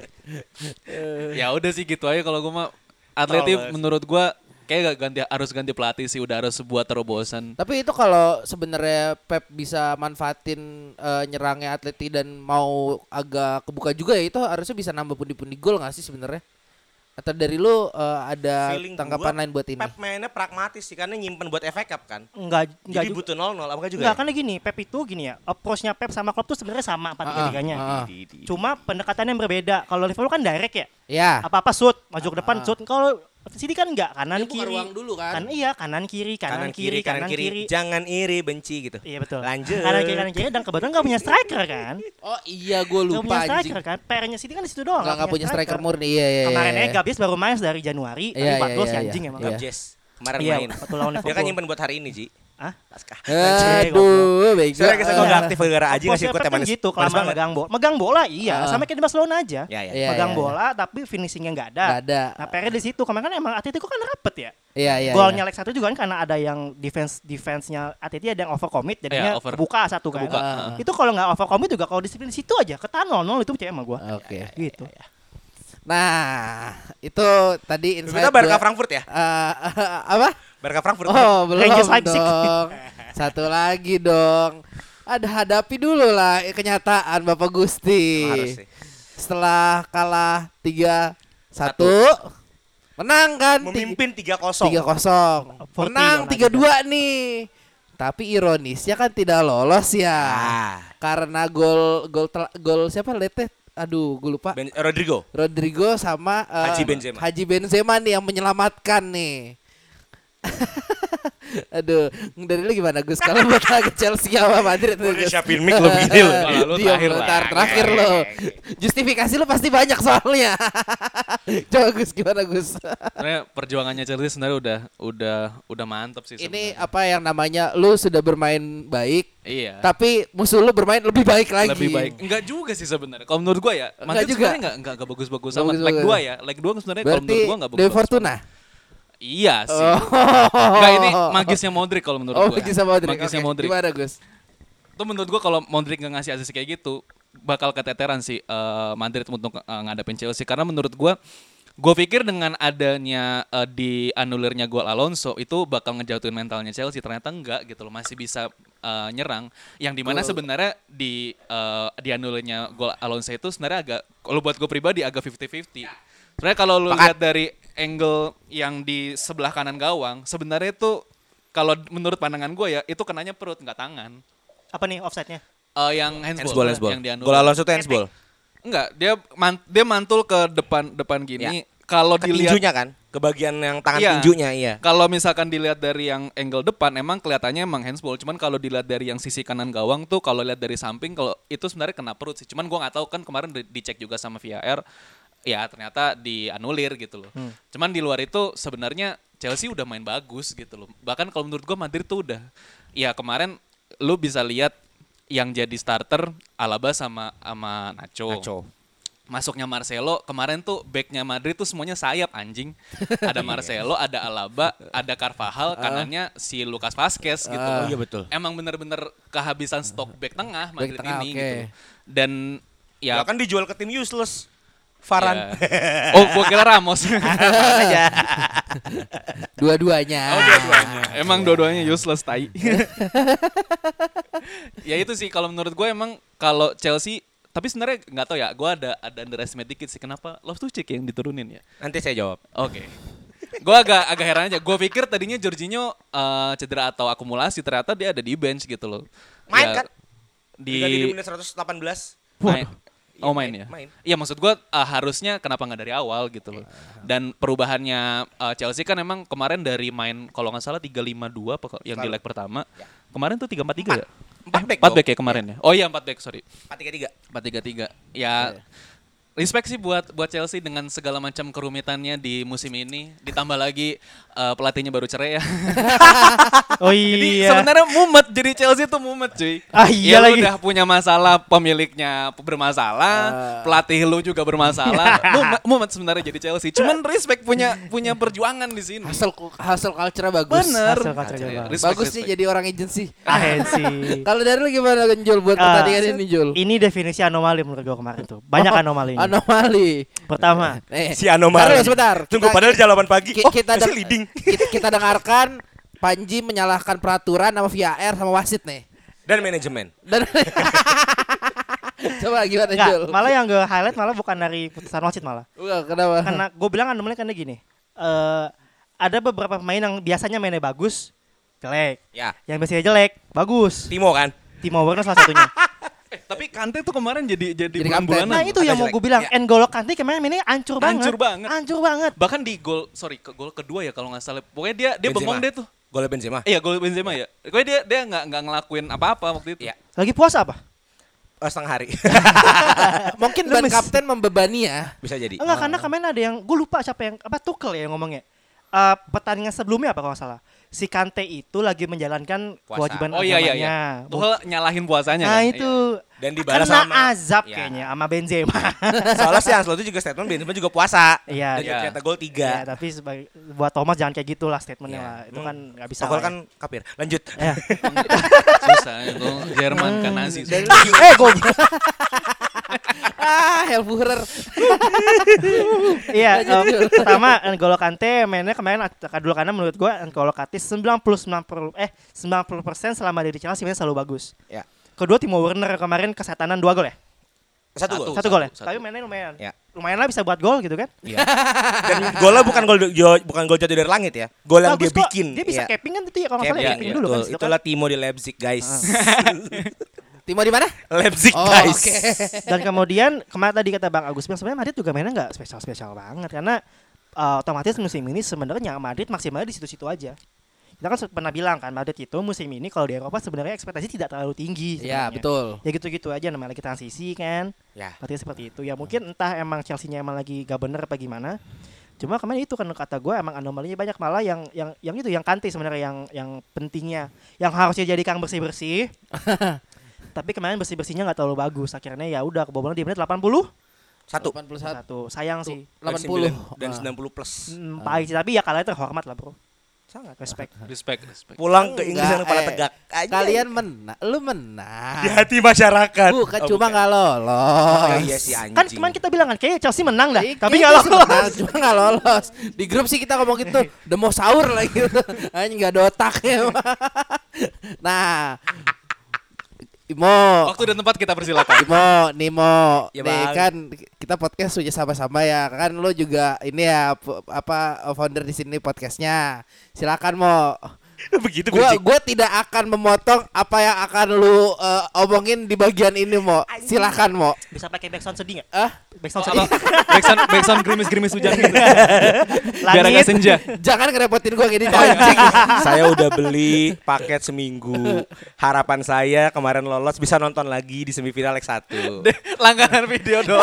Ya udah sih gitu aja kalau gue mah Atleti menurut gue kayak harus ganti pelatih sih, udah harus sebuah terobosan. Tapi itu kalau sebenarnya Pep bisa manfaatin nyerangnya Atleti dan mau agak kebuka juga ya, itu harusnya bisa nambah pundi-pundi gol nggak sih sebenarnya? Atau dari lu ada Feeling tanggapan lain buat ini? Pep mainnya pragmatis sih karena nyimpen buat FA Cup kan. Enggak Jadi juga. butuh 0-0 apa juga? Enggak, karena gini, Pep itu gini ya. Approach-nya Pep sama klub tuh sebenarnya sama 4-3-3-nya. Cuma pendekatannya yang berbeda. Kalau Liverpool kan direct ya. Ya. Apa-apa shoot, maju ke depan shoot. Kalau Sini kan enggak, kanan Dia buka kiri. ruang dulu kan? Iya, kanan kiri. Kanan kiri. Jangan iri, benci gitu. Iya betul. Lanjut. Kanan kiri dan kebetulan enggak punya striker kan? Oh iya, gue Enggak lupa punya anjing. striker kan? PR-nya City kan di situ doang. Enggak punya striker murni. Iya. Kemarinnya Gabias baru main dari Januari, tapi 14 anjing emang. Iya. Gabjes. kemarin Iya, main. waktu lawan Dia Liverpool. kan nyimpen buat hari ini, Ji. Hah? Pasca. Aduh, bego. Soalnya gue gak aktif gara aja ngasih ikut kan manis. gitu, kelamaan megang bola iya, sama kayak di Barcelona aja. Ya, ya. Iya, Megang iya. bola tapi finishingnya nggak ada. Nggak ada. Nah, PR di situ. Kemarin kan emang Atletico kan rapet ya. Iya. Golnya leg 1 juga kan karena ada yang defense-nya Atletico ada yang overcommit jadinya kebuka satu kan. Itu kalau nggak overcommit juga kalau disiplin di situ aja ketan 0-0 itu percaya sama gua. Oke. Gitu. Nah, itu tadi insight Kita Barca Frankfurt ya? apa? Barca Frankfurt. Oh, belum Rangers Leipzig. dong. Satu lagi dong. Ada hadapi dulu lah kenyataan Bapak Gusti. Harus sih. Setelah kalah 3-1 menang kan? Memimpin 3-0. 3-0. Menang 3-2 nih. Tapi ironisnya kan tidak lolos ya. Karena gol siapa Lete? Aduh, gue lupa. Rodrigo sama Haji Benzema nih yang menyelamatkan nih. Aduh, dari lu gimana Gus? Kalau buat lagi Chelsea sama Madrid tuh Udah Gus. siapin mic lu begini lu. Diam lu, terakhir lu. Justifikasi lu pasti banyak soalnya. Coba Gus, gimana Gus? Sebenarnya perjuangannya Chelsea sebenarnya udah mantap sih sebenarnya. Ini apa yang namanya lu sudah bermain baik, Iya. tapi musuh lu bermain lebih baik lagi. Lebih baik. Enggak juga sih sebenarnya. Kalau menurut gua ya, Madrid juga. sebenarnya enggak bagus-bagus sama leg 2 ya. Leg 2 sebenarnya kalau Berarti menurut gua enggak Dewi bagus. Fortuna. Iya sih. Enggak, ini magisnya Modric kalau menurut gua. Magisnya Modric. Magisnya Oke, Modric. gimana Gus? Itu menurut gua kalau Modric nggak ngasih asist kayak gitu bakal keteteran sih Madrid untuk ngadepin Chelsea karena menurut gua pikir dengan adanya dianulirnya gol Alonso itu bakal ngejatuhin mentalnya Chelsea, ternyata enggak gitu loh, masih bisa nyerang yang dimana sebenarnya dianulirnya gol Alonso itu sebenarnya agak, kalau buat gue pribadi agak 50-50. Sebenarnya kalau lu lihat dari angle yang di sebelah kanan gawang sebenarnya itu kalau menurut pandangan gue ya itu kenanya perut nggak tangan. Apa nih offside-nya? Yang handsball. Yang dianulir. Gol Alonso itu handsball. Enggak, dia mantul ke depan gini. Kalau Ke dilihat tinjunya kan? Ke bagian yang tangan Iya. tinjunya, iya. Kalau misalkan dilihat dari yang angle depan emang kelihatannya emang handsball. Cuman kalau dilihat dari yang sisi kanan gawang tuh kalau lihat dari samping kalau itu sebenarnya kena perut sih. Cuman gua nggak tahu kan kemarin dicek juga sama VAR. Ya ternyata dianulir gitu loh. Cuman di luar itu sebenarnya Chelsea udah main bagus gitu loh. Bahkan kalau menurut gua Madrid tuh udah. Ya kemarin lu bisa lihat yang jadi starter Alaba sama Nacho. Masuknya Marcelo, kemarin tuh backnya Madrid tuh semuanya sayap anjing. Ada Marcelo, ada Alaba, ada Carvajal, kanannya si Lucas Vazquez gitu. Iya betul. Emang bener-bener kehabisan stok back tengah Madrid tengah, ini oke. gitu. Dan Ya kan dijual ke tim useless. Varane. ya. Oh, gua kira Ramos. Dua-duanya. Emang dua-duanya useless tai. Ya itu sih kalau menurut gue emang kalau Chelsea tapi sebenarnya nggak tahu ya, gue ada underestimate dikit sih kenapa Loftus-Cheek yang diturunin ya. Nanti saya jawab. Oke. Gue agak heran aja. Gue pikir tadinya Jorginho cedera atau akumulasi, ternyata dia ada di bench gitu loh. Main Ya, kan? Di menit 118. main. Oh main ya? Main. Iya maksud gue harusnya kenapa nggak dari awal gitu loh. Dan perubahannya Chelsea kan emang kemarin dari main kalau nggak salah 3-5-2 yang di leg pertama. Kemarin tuh 3-4-3 ya? 4 back ya kemarin ya? Oh iya 4 back sorry. 4-3-3. 4-3-3. Ya respect sih buat Chelsea dengan segala macam kerumitannya di musim ini. Ditambah lagi pelatihnya baru cerai ya. Oh Jadi iya. sebenarnya mumet, jadi Chelsea tuh mumet cuy. Ah iya Ya, lu lagi. udah punya masalah, pemiliknya bermasalah, pelatih lu juga bermasalah. Mumet sebenarnya jadi Chelsea. Cuman respect punya perjuangan di sini. Hasil culture bagus. Bener. Hasil culture bagus. Respect, Bagus sih respect. jadi orang agency. Ahensi. Kalau dari lu gimana Jul buat pertandingan ini Jul? Ini definisi anomali menurut gue kemarin tuh. Banyak anomali ini. Anomali. Pertama, Si anomali. Sebentar. Tunggu padahal jawaban pagi. Kita masih leading. kita dengarkan Panji menyalahkan peraturan sama VAR sama wasit nih. Dan manajemen. Dan coba gimana enggak, Jul? malah yang gue highlight malah bukan dari putusan wasit malah. Kenapa? Karena gue bilang anomali karena gini. Ada beberapa pemain yang biasanya mainnya bagus, jelek. Ya. Yang biasanya jelek, bagus. Timo kan? Timo Werner salah satunya. Tapi Kante tuh kemarin jadi kapten. bulan-bulanan. Nah loh. itu yang mau gue bilang, Ya. N'Golo Kante kemarin mainnya hancur banget. Hancur banget. Bahkan di gol kedua ya kalau nggak salah. Pokoknya dia Benzema. bengong deh tuh. Golnya Benzema. Iya gol Benzema ya. Pokoknya dia nggak ngelakuin apa-apa waktu itu. Iya. Lagi puasa apa? Setengah hari. Mungkin ban kapten membebani ya. Bisa jadi. Enggak, karena kemarin ada yang gue lupa siapa yang Tuchel ya yang ngomongnya. pertandingan sebelumnya apa kalau nggak salah, si Kante itu lagi menjalankan Puasa. kewajiban Oh iya agamanya. iya. Tuh nyalahin puasanya Nah kan. itu Dan dibalas kena sama azab ya. kayaknya sama Benzema. Soalnya si Ancelotti juga statement Benzema juga puasa. Iya. Dan Iya. ternyata gol 3. Ya, tapi buat Thomas jangan kayak gitulah statementnya Iya. lah. Itu kan nggak bisa. Tuchel lah kan kafir. Lanjut. ya. Susah itu Jerman kan Nazi. Helfuhrer. Iya, pertama N'Golo Kante mainnya kemarin dulu karena menurut gua N'Golo Kante 90% selama dia di Chelsea mainnya selalu bagus. Ya. Kedua Timo Werner kemarin kesetanan 2 gol ya? Satu gol. Satu gol ya? satu. Tapi mainnya lumayan. Ya. Lumayan lah bisa buat gol gitu kan? Iya. Dan golnya bukan gol jatuh dari langit ya. Gol yang Bagus dia kok. bikin. Dia bisa Iya. capping kan itu ya kalau nggak salah Capping, capping iya, dulu kan. betul. situ kan. Itulah Timo di Leipzig, guys. Timo di mana? Leipzig, Oh, guys. oke. Dan kemudian kemarin tadi kata Bang Agus bilang sebenarnya Madrid juga mainnya nggak spesial banget karena otomatis musim ini sebenarnya Madrid maksimalnya di situ-situ aja. Kita kan pernah bilang kan Madrid itu musim ini kalau di Eropa sebenarnya ekspektasi tidak terlalu tinggi. Iya, sebenarnya. betul. Ya gitu-gitu aja namanya lagi transisi kan. Ya. Artinya seperti itu. Ya mungkin entah emang Chelsea-nya emang lagi gak bener apa gimana. Cuma kemarin itu kan kata gue emang anomalinya banyak malah yang itu yang Kante sebenarnya yang pentingnya yang harusnya jadi kang bersih-bersih. Tapi kemarin bersih-bersihnya nggak terlalu bagus. Akhirnya ya udah kebobolan di menit 81. 1. Sayang sih. 80. Dan 90 plus. Pahit sih tapi ya kalahnya terhormat lah, Bro. Sangat. Respect. Respect. Pulang ke Inggris Enggak, yang kepala eh. tegak. Anjay. Kalian menang, lu menang. di hati masyarakat. Bukan Oh, cuma bukan. nggak lolos. Oh, iya sih anjing. Kan kemarin kita bilang kan kayak Chelsea menang dah, Iya, tapi kita nggak sih lolos. menang, cuma nggak lolos. Di grup sih kita ngomong gitu, udah mau sahur lagi gitu. Anjing nggak ada otaknya. Nah, Imo, Waktu dan tempat kita persilakan. Nimo, Ya, nih Bang. kan kita podcast sudah sama-sama ya, kan lo juga ini ya founder di sini podcastnya. Silakan Mo. Begitu Gua tidak akan memotong apa yang akan lu omongin di bagian ini Mo. Silakan Mo. Bisa pakai backsound sedih nggak? Ah, Backsound Apa? sedih. Backsound gerimis hujan gitu. Biar agak Langit. senja. jangan ngerepotin gua gini anjing. Saya udah beli paket seminggu. Harapan saya kemarin lolos bisa nonton lagi di semifinal X1. Langganan video doang.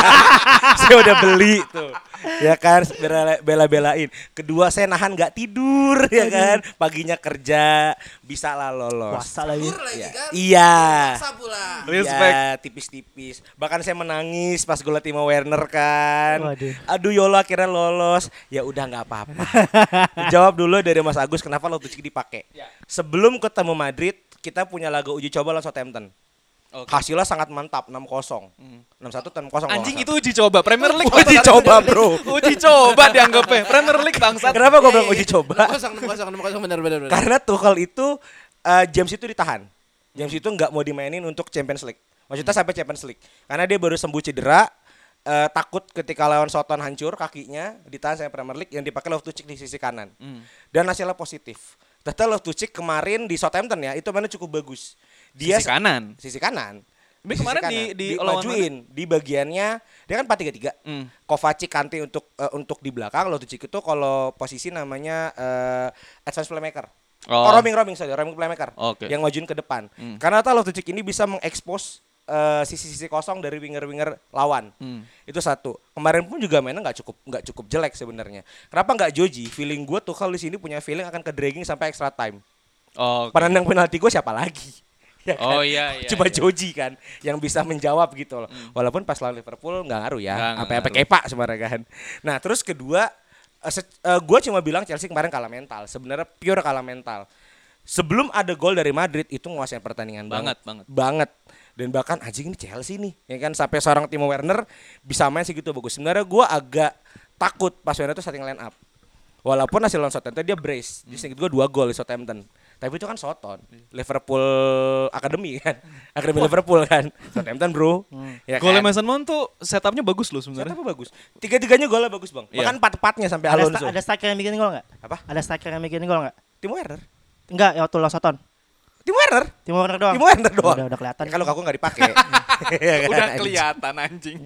Saya udah beli tuh. Ya kan bela-belain. Kedua saya nahan nggak tidur ya kan. Paginya kerja bisa lah lolos. Puasa lagi. Ya. Iya. Respect. Iya, tipis-tipis. Bahkan saya menangis pas gue liat Timo Werner kan. Waduh. Aduh Yolo akhirnya lolos. Ya udah nggak apa-apa. Jawab dulu dari Mas Agus kenapa Loftus-Cheek dipakai. Sebelum ketemu Madrid kita punya laga uji coba lawan Southampton. Oke. Hasilnya sangat mantap 6-0. 6-1 6-0. Anjing itu uji coba Premier League. uji coba, Bro. Uji coba dianggapnya Premier League bangsat. Kenapa gue bilang uji coba? 6-0 bener. Karena Tuchel itu James itu ditahan. James itu nggak mau dimainin untuk Champions League. Maksudnya sampai Champions League. Karena dia baru sembuh cedera, takut ketika lawan Soton hancur kakinya, ditahan sampai Premier League yang dipakai Loftus-Cheek di sisi kanan. Dan hasilnya positif. Ternyata Loftus-Cheek kemarin di Southampton ya, itu mainnya cukup bagus. Dia Sisi kanan. Sisi kanan. Tapi Sisi kemarin kanan. di lawan dimajuin di bagiannya dia kan 4-3-3. Kovacic Kante untuk di belakang, Loftus-Cheek itu kalau posisi namanya advance playmaker. Oh. Roaming playmaker. Oke. Yang majuin ke depan. Karena tahu Loftus-Cheek ini bisa mengekspos sisi-sisi kosong dari winger-winger lawan. Itu satu. Kemarin pun juga mainnya nggak cukup jelek sebenarnya. Kenapa nggak Joji? Feeling gue tuh kalau di sini punya feeling akan ke dragging sampai extra time. Oh. Penendang penalti gue siapa lagi? Ya kan? Oh iya. Cuma iya. Joji kan yang bisa menjawab gitu loh. Walaupun pas lawan Liverpool nggak ngaruh ya. Nggak Apa-apa ngaruh. kepak sebenarnya kan. Nah terus kedua, gue cuma bilang Chelsea kemarin kalah mental. Sebenarnya pure kalah mental. Sebelum ada gol dari Madrid itu nguasain pertandingan banget. Dan bahkan anjing ini Chelsea nih, ya kan sampai seorang Timo Werner bisa main segitu bagus. Sebenarnya gue agak takut pas Werner itu starting line up. Walaupun hasil lawan Southampton dia brace, jadi sedikit gue 2 gol di Southampton. Tapi itu kan Soton, Liverpool Academy kan, Akademi Liverpool kan, Southampton bro. Ya Golnya kan? Mason Mount tuh setupnya bagus loh sebenarnya. Setupnya bagus. Tiga-tiganya golnya bagus bang. Iya. Bahkan 4-4-nya sampai Ada, Alonso. ada striker yang bikin gol nggak? Apa? Ada striker yang bikin gol nggak? Timo Werner. Enggak, ya waktu lawan Soton. Timo Werner. Timo Werner doang. Timo Werner doang. Udah kelihatan. Ya, kalau aku nggak dipakai. Ya kan, Udah anjing. kelihatan anjing.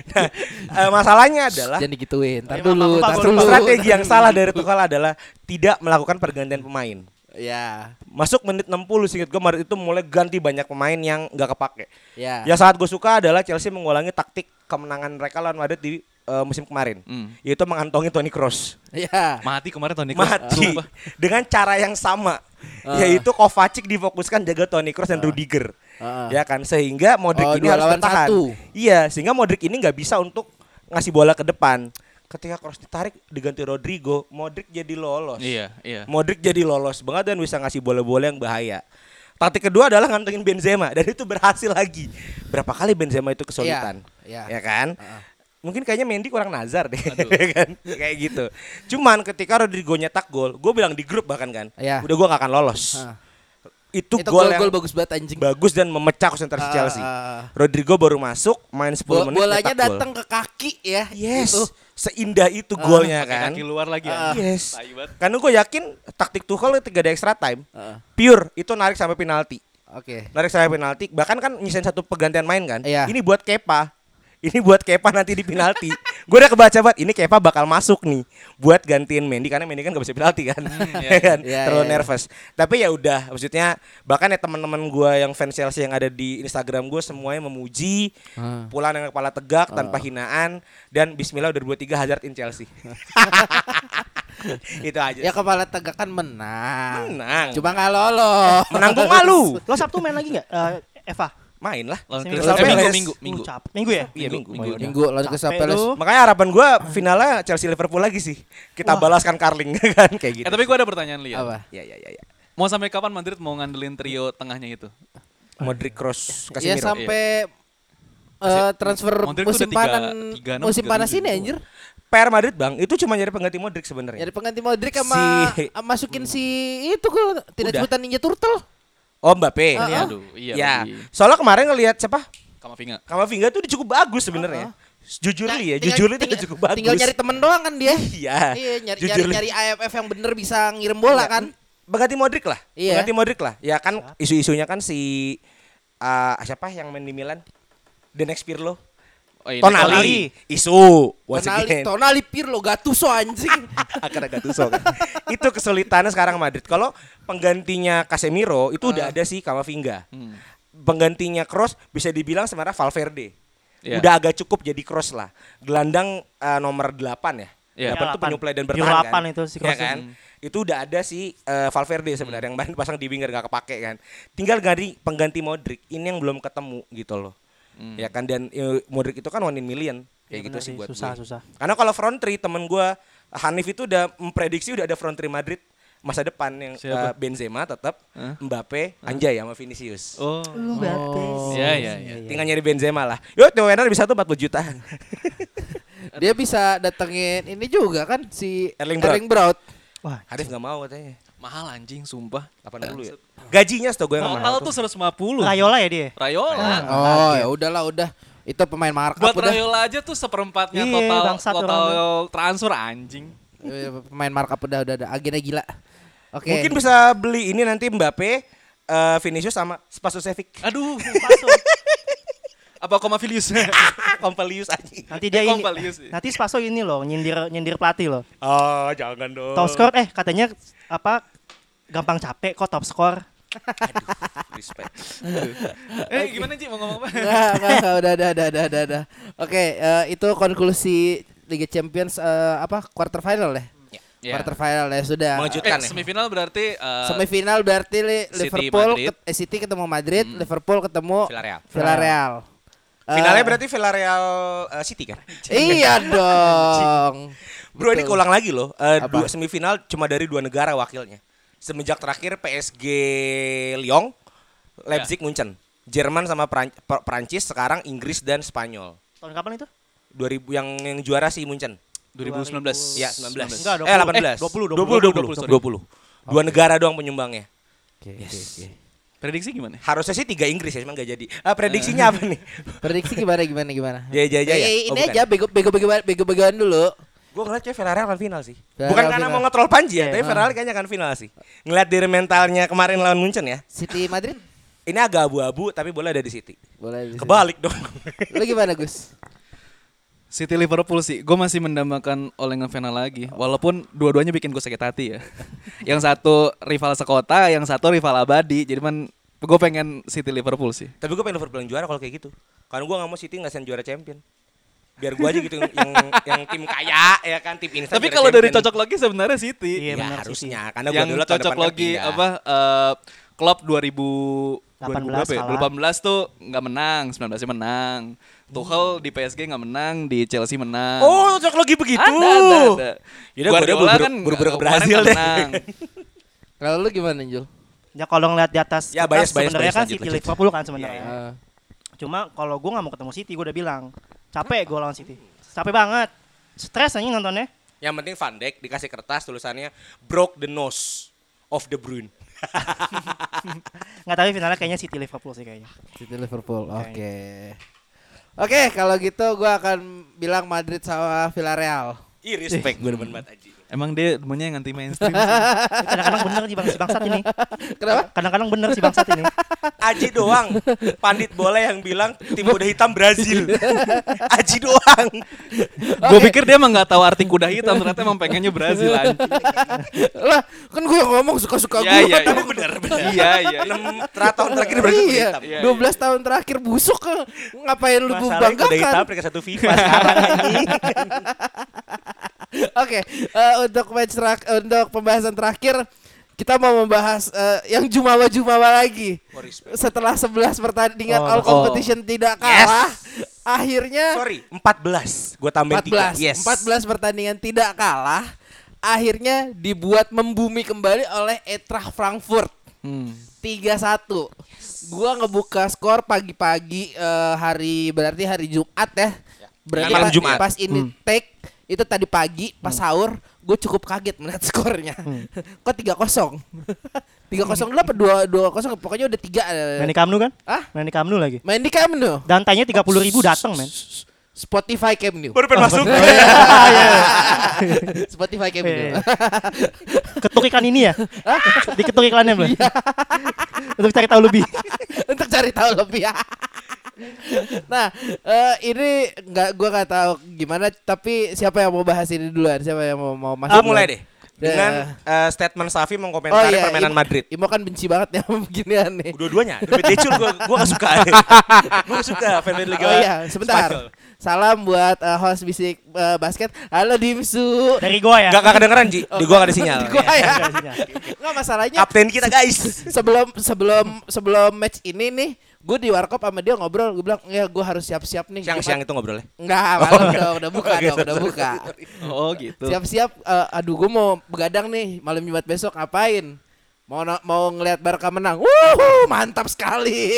Masalahnya adalah Jangan digituin. Tar Maaf, dulu, maaf, tar maaf, dulu. strategi yang salah dari Tuchel adalah tidak melakukan pergantian pemain. Ya, Masuk menit 60 singkat gue Madrid itu mulai ganti banyak pemain yang nggak kepake. ya. Yang sangat gue suka adalah Chelsea mengulangi taktik kemenangan mereka lawan Madrid di musim kemarin, yaitu mengantongi Toni Kroos. Iya. Mati kemarin Toni Kroos. Mati dengan cara yang sama, yaitu Kovacic difokuskan jaga Toni Kroos dan Rudiger. Ya kan, sehingga Modric ini harus bertahan. Iya, sehingga Modric ini nggak bisa untuk ngasih bola ke depan. Ketika Kroos ditarik diganti Rodrigo, Modric jadi lolos. Iya. Modric jadi lolos banget dan bisa ngasih bola-bola yang bahaya. Taktik kedua adalah ngantongin Benzema dan itu berhasil lagi. Berapa kali Benzema itu kesulitan, ya kan? Mungkin kayaknya Mendy kurang nazar deh, ya kan? Kayak gitu. Cuman ketika Rodrigo nyetak gol, gue bilang di grup bahkan kan, udah gue gak akan lolos. Itu gol yang bagus banget anjing. Bagus dan memecah konsentrasi Chelsea. Rodrigo baru masuk, main 10 menit. Bolanya datang ke kaki ya. Yes. Gitu. Seindah itu golnya kan. Kaki luar lagi Yes. Karena gue yakin taktik Tuchel ketika ada extra time, pure itu narik sampai penalti. Narik sampai penalti, bahkan kan nyisain satu pergantian main kan. Ini buat Kepa. Ini buat Kepa nanti di penalti. Gue udah kebaca banget, ini Kepa bakal masuk nih buat gantiin Mendy karena Mendy kan gak bisa penalti kan. Terlalu nervous. Tapi ya udah, maksudnya bahkan ya teman-teman gue yang fans Chelsea yang ada di Instagram gue semuanya memuji, pulang dengan kepala tegak tanpa hinaan dan bismillah udah 2-3 Hazard in Chelsea. Itu aja. Ya kepala tegak kan menang. Cuma gak lolos. menang tuh malu. Lo Sabtu main lagi gak Eva? Main lah. Minggu ya? Iya minggu lawan Crystal Palace. Makanya harapan gue finalnya Chelsea Liverpool lagi sih. Kita balaskan Carling kan kayak gitu. Tapi gue ada pertanyaan Liam. Apa? Ya. Mau sampai kapan Madrid mau ngandelin trio tengahnya itu? Modric, Kroos, Ya Casemiro. sampai transfer musim panas ini anjir. PR Madrid bang, itu cuma nyari pengganti Modric sebenarnya. Nyari pengganti Modric sama masukin si itu kok tidak sebutan Ninja Turtle. Oh Mbappe. Aduh, iya. Ya. Soalnya kemarin ngelihat siapa? Kamavinga tuh cukup bagus sebenarnya. Jujur itu cukup bagus. Tinggal nyari temen doang kan dia. Iya. Nyari AFF yang bener bisa ngirim bola kan. Pengganti Modric lah. Iya. Pengganti Modric lah. Ya kan isu-isunya kan si siapa yang main di Milan? The next Pirlo. Tonali. Isu. Tonali Pirlo Gattuso anjing. Karena Gattuso kan. Itu kesulitannya sekarang Madrid. Kalau penggantinya Casemiro itu udah ada sih Kamavinga. Penggantinya Kroos bisa dibilang sebenarnya Valverde. Udah agak cukup jadi Kroos lah. Gelandang nomor 8 ya. 8 itu penyuplai dan bertahan kan. Itu si Kroos. Ya kan? Itu udah ada si Valverde sebenarnya yang main pasang di winger gak kepake kan. Tinggal pengganti Modric. Ini yang belum ketemu gitu loh. Ya kan, dan Modric itu kan 1 in million kayak gitu sih buat susah. Karena kalau front three temen gue Hanif itu udah memprediksi udah ada front three Madrid masa depan yang Benzema tetap, Mbappe, Anjay sama Vinicius. Mbappe. Iya. Tinggal nyari Benzema lah. Yo, Theo Werner bisa tuh 40 juta. Dia bisa datengin ini juga kan si Erling Braut. Wah, Hanif nggak mau katanya. Mahal anjing sumpah. 80 ya. Gajinya setahu gue yang mahal tuh 150. Rayola ya dia? Rayola. Oh, ya udah. Itu pemain markup buat udah. Rayola aja tuh seperempatnya total transfer anjing. Pemain markup udah agennya gila. Oke. Mungkin bisa beli ini nanti Mbappe, Vinicius sama Spassosevic. Aduh, Spaso. Apa Komavilius? Kompalius anjing. Nanti dia ini. Nanti Spaso ini loh, nyindir pelatih loh. Oh, jangan dong. Top skor katanya apa gampang capek kok top skor. Aduh, respect. Gimana Ci mau ngomong apa? Enggak, udah. Oke, itu konklusi Liga Champions quarter final ya. Quarter final ya sudah. Mengejutkan ya. Semifinal berarti Liverpool City ketemu Madrid, Liverpool ketemu Villarreal. Finalnya berarti Villarreal City kan? Iya dong. Bro, ini keulang lagi loh. Semifinal cuma dari 2 negara wakilnya. Semenjak terakhir PSG Lyon, Leipzig Munchen. Jerman sama Prancis, sekarang Inggris dan Spanyol. Tahun kapan itu? 2000 yang juara sih Munchen. 2019. Ya, 19. Enggak, 20. 2 negara doang penyumbangnya. Oke. Prediksi gimana? Harusnya sih 3 Inggris ya, emang gak jadi. Prediksinya apa nih? Prediksi gimana? Ya. Ini aja bego-begoan dulu. Gue ngeliat kayak Villarreal akan final sih. Bukan karena mau nge-troll Panji ya, tapi Villarreal kayaknya akan final sih. Ngeliat diri mentalnya kemarin lawan Munchen ya. City Madrid? Ini agak abu-abu tapi bola ada di City. Boleh. Kebalik dong. Lu gimana Gus? City Liverpool sih, gue masih mendambakan oleh final lagi. Walaupun dua-duanya bikin gue sakit hati ya. Yang satu rival sekota, yang satu rival abadi. Jadi gue pengen City Liverpool sih. Tapi gue pengen Liverpool yang juara kalau kayak gitu. Karena gue gak mau City ngasihin juara champion. biar gue aja gitu yang tim kaya ya kan, tim instan. Tapi kalau dari cocok logi sebenarnya City. Iya, ya benar, harusnya City. karena gue Yang dulu tahun cocok depan kan logi pindah. apa Klopp 2018 kalah. tuh nggak menang, 19-nya menang. Tuchel di PSG nggak menang, di Chelsea menang. Oh, cocok logi begitu. Ada. Yaudah, Guardiola gua kan buru-buru ke kemarin Brazil nggak deh. menang. Kalau lu gimana, Jul? Ya kalau ngeliat di atas Ya, kertas bias, sebenarnya kan lanjut, City lanjut. Liverpool kan sebenarnya. Iya, Cuma kalau gue nggak mau ketemu City, gue udah bilang capek gue lawan City. Capek banget. Stres aja nontonnya. Yang penting Van Dijk dikasih kertas tulisannya broke the nose of De Bruyne. Nggak tahu finalnya kayaknya City Liverpool sih kayaknya. City Liverpool. Oke. Oke. Oke, kalau gitu gua akan bilang Madrid sama Villarreal. Ih, respect gue demen banget Aji. Emang dia demennya yang anti mainstream. Kadang-kadang bener sih si bangsat ini. Kenapa? Kadang-kadang bener si bangsat ini. Aji doang pandit bola yang bilang tim kuda hitam Brazil. Aji doang. Gue pikir dia emang nggak tahu arti kuda hitam, ternyata emang pengennya Brazil anjing. Lah, kan gue ngomong suka-suka Iya, gue. iya, Tapi iya. bener. Iya, iya. 6 tahun terakhir Brazil kuda Iya, hitam. Iya, 12 tahun terakhir busuk ngapain lu Masalahnya kuda hitam banggakan? peringkat 1 FIFA sekarang ini. Oke, untuk pembahasan terakhir kita mau membahas yang jumawa lagi. Oh, respect. Setelah 11 pertandingan Oh, all competition tidak kalah, akhirnya Sorry, 14. Gue tambahin 3. 14 Yes. 14 pertandingan tidak kalah, akhirnya dibuat membumi kembali oleh Eintracht Frankfurt 3-1. Gua ngebuka skor pagi-pagi berarti hari Jumat ya. Berarti Malam Jumat. pas ini take itu tadi pagi pas sahur gue cukup kaget melihat skornya. Kok 3-0? 3-0 dulu apa 2-0? Pokoknya udah 3. Main di Camp Nou kan? Hah? Main di Camp Nou lagi. Main di Camp Nou. Dan tanya 30.000 datang men. Spotify Camp Nou. Baru pengen masuk. Spotify Camp Nou. Iya. Ketuk iklan ini ya? Diketuk iklannya belum? Untuk cari tahu lebih. Untuk cari tahu lebih ya. Nah, ini gua nggak tahu gimana, tapi siapa yang mau bahas ini duluan? Siapa yang mau masuk? Gue mulai deh. Dengan statement Safi mengkomentari permainan Madrid. Imo kan benci banget ya beginian nih. Dua-duanya. David Decul gue gak suka. Gue gak suka fan Liga. Oh iya, sebentar. Spanyol. Salam buat host Bisik Basket. Halo Dimsu. Dari gua ya. Gak kedengeran Ji. Di gua gak ada sinyal. Di gua ya. Dari sinyal. Nggak, masalahnya Kapten kita guys. sebelum match ini nih, gue di warkop sama dia ngobrol. Gue bilang ya gue harus siap-siap nih. Siang-siang itu ngobrolnya. Enggak, malam udah buka Oke, dong, udah sorry. buka. Oh gitu. Siap-siap. Aduh, gue mau begadang nih malam Jumat besok, ngapain? Mau ngelihat Barca menang. Mantap sekali.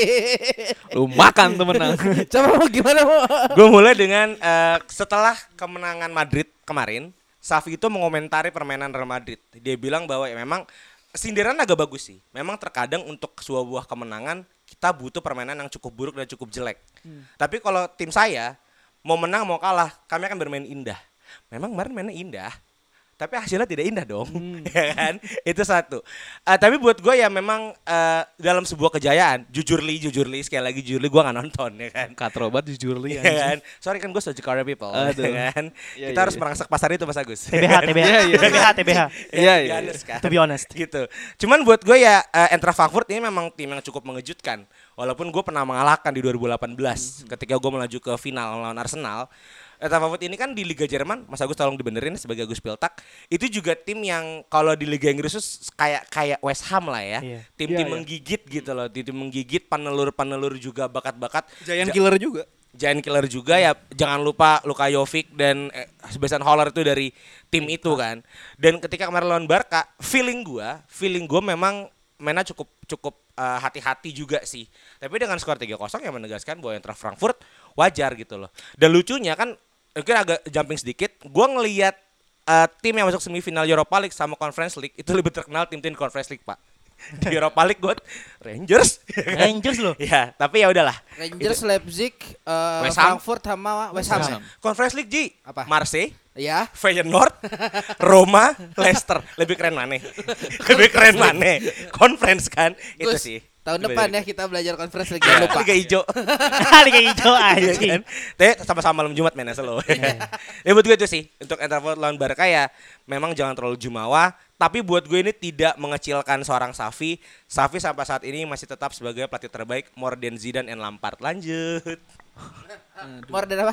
Lu makan tuh menang. Coba mau gimana mau? Gue mulai dengan setelah kemenangan Madrid kemarin, Safi itu mengomentari permainan Real Madrid. Dia bilang bahwa ya memang sindiran agak bagus sih. Memang terkadang untuk sebuah kemenangan kita butuh permainan yang cukup buruk dan cukup jelek. Tapi kalau tim saya mau menang mau kalah, kami akan bermain indah. Memang kemarin mainnya indah. Tapi hasilnya tidak indah dong, ya kan? Itu satu. Tapi buat gue ya memang dalam sebuah kejayaan, jujur li sekali lagi jujur li gue nggak nonton, ya kan? Katrobat jujur li Ya kan? Sorry kan gue Jakarta people, Aduh. ya kan? Iya, Kita iya, harus iya. merangsak pasar itu Mas Agus. TBH. Iya, iya. To be honest. Gitu. Cuman buat gue ya Eintracht Frankfurt ini memang tim yang cukup mengejutkan. Walaupun gue pernah mengalahkan di 2018 ketika gue melaju ke final melawan Arsenal. Eintracht Frankfurt ini kan di Liga Jerman, Mas Agus tolong dibenerin sebagai Agus Piltak. Itu juga tim yang kalau di Liga Inggris tuh kayak West Ham lah ya. Iya. Tim-tim menggigit gitu loh, tim menggigit, penelur juga bakat-bakat. Giant killer juga. Giant killer juga ya, jangan lupa Luka Jovic dan Sebastian Haller itu dari tim itu kan. Dan ketika kemarin lawan Barca, feeling gua memang mainnya cukup hati-hati juga sih. Tapi dengan skor 3-0 yang menegaskan bahwa Eintracht Frankfurt wajar gitu loh. Dan lucunya kan mungkin agak jumping sedikit, gua ngelihat tim yang masuk semifinal Europa League sama Conference League itu lebih terkenal tim-tim Conference League, Pak. Di Europa League gue Rangers. Rangers loh. Ya, tapi ya udahlah. Rangers, Leipzig, West Ham. Frankfurt sama West Ham. Conference League Ji. Apa? Marseille, Ya. Feyenoord, Roma, Leicester. Lebih keren mana? Lebih keren mana? Conference kan? Itu Gus, sih. tahun depan ya kita belajar conference lagi, Jangan jangan lupa. Liga hijau. Liga hijau Iya anjing. kan? Tapi sama-sama malam Jumat mainnya selo. Ya buat gue itu sih. Untuk Eintracht Frankfurt lawan Barca ya memang jangan terlalu jumawa. Tapi buat gue ini tidak mengecilkan seorang Safi. Safi sampai saat ini masih tetap sebagai pelatih terbaik more than Zidane and Lampard. Lanjut. More than apa?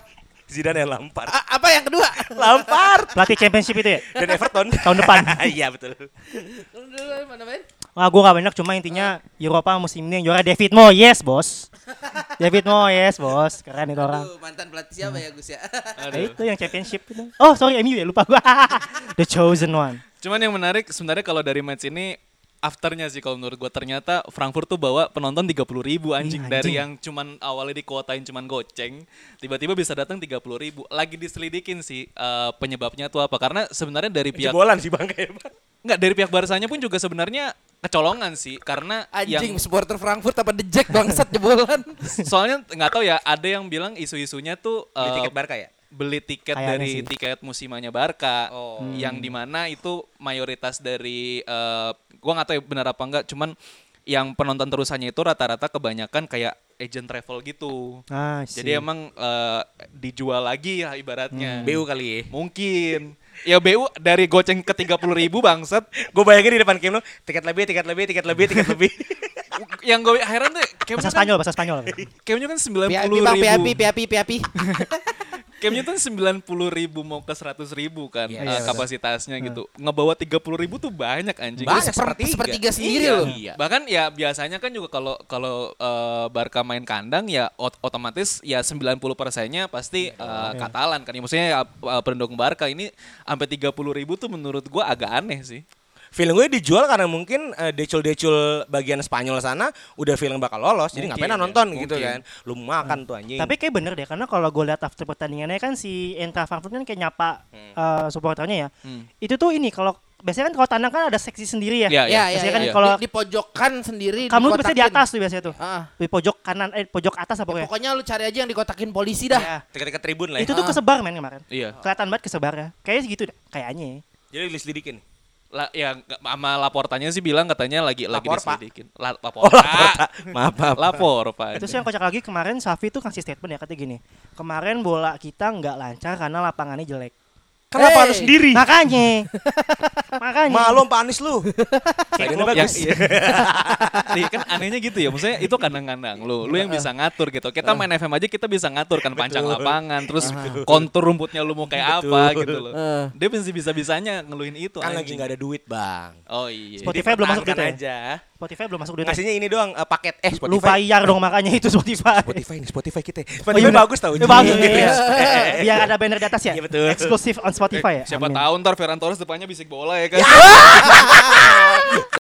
Zidane dan Lampard. Apa yang kedua? Lampard Pelatih championship itu ya? dan Everton. Tahun depan. Iya betul. Mana main? Wah, gue gak banyak, cuma intinya Eropa musim ini yang juara David Moyes, bos. David Moyes, bos. Keren itu orang. Mantan pelatih siapa ya Gus ya? Itu yang championship itu. Oh, sorry, MU ya, lupa gue. The chosen one. Cuman yang menarik sebenarnya kalau dari match ini afternya sih kalau menurut gue ternyata Frankfurt tuh bawa penonton 30.000 anjing. Dari yang cuman awalnya dikuotain cuman goceng tiba-tiba bisa datang 30.000. Lagi diselidikin sih penyebabnya tuh apa, karena sebenarnya dari pihak Jebolan sih Bang kayaknya. Enggak, dari pihak Barsanya pun juga sebenarnya kecolongan sih, karena Anjing yang supporter Frankfurt apa The Jack bangsat jebolan. soalnya nggak tahu ya, ada yang bilang isu-isunya tuh Beli tiket Barca ya? beli tiket Kayaknya dari sih. tiket musimannya Barca, yang dimana itu mayoritas dari gua nggak tahu ya benar apa enggak, cuman yang penonton terusannya itu rata-rata kebanyakan kayak agent travel gitu. Ah, Jadi emang dijual lagi ya ibaratnya. BU kali ya. Mungkin. Ya BU dari goceng ke 30.000 bangsat. Gue bayangin di depan Kim lo, tiket lebih. Yang gue heran tuh bahasa Spanyol. Camnya kan 90.000. Piapi. Camnya kan 90.000 mau ke 100.000 kan kapasitasnya gitu. Ngebawa 30.000 tuh banyak anjing. Banyak, sepertiga sendiri Iya. loh. Iya. Bahkan ya biasanya kan juga kalau Barca main kandang ya otomatis ya 90%-nya pasti Katalan kan. Ya, maksudnya ya, pendukung Barca ini sampai 30.000 tuh menurut gua agak aneh sih. Feeling gue dijual karena mungkin decul-decul bagian Spanyol sana udah feeling bakal lolos. Jadi Mungkin, ngapain ya, nonton gitu mungkin. kan. Lu makan tuh anjing. Tapi kayak bener deh, karena kalau gue lihat after pertandingannya kan si Eintracht Frankfurt kan kayak nyapa supporternya ya. Itu tuh ini kalau biasanya kan kalau tandang kan ada seksi sendiri ya. Iya, Ya, Biasanya kan iya. kalau di pojokan sendiri kamu tuh biasanya di dikotakin. atas tuh biasanya tuh. Di pojok kanan pojok atas apa ya? Pokoknya lu cari aja yang dikotakin polisi dah. Ya. Dekat-dekat tribun lah ya. Itu tuh kesebar men kemarin. Iya. Kelihatan banget kesebarnya. Kayaknya segitu deh, kayaknya. Jadi diselidikin. Ya sama laportanya sih bilang katanya lagi Lapor, Pak. diselidikin. Lapor. Maaf. Lapor, Pak. Itu sih yang kocak lagi kemarin Safi tuh kasih statement ya, katanya gini. Kemarin bola kita nggak lancar karena lapangannya jelek. Kenapa lu sendiri? Makanya. Malu Pak Anies lu. Badannya bagus. Iya. Nih, kan anehnya gitu ya. Maksudnya itu kandang-kandang lu yang bisa ngatur gitu. Kita main FM aja kita bisa ngatur kan panjang lapangan, terus kontur rumputnya lu mau kayak apa gitu loh. Dia bisa-bisanya ngeluhin itu Kan lagi anjing. nggak ada duit Bang. Oh iya. Spotify belum masuk duit ya? aja. Spotify belum masuk duitnya. Ngasihnya ini doang paket. Lu bayar dong makanya itu Spotify. Spotify kita. Oh, Spotify iya, bagus tau. Itu bagus gitu ya. Biar ada banner di atas ya. Iya, betul. Eksklusif on Spotify ya. Siapa Amin. tahu ntar Ferran Torres depannya bisik bola ya kan.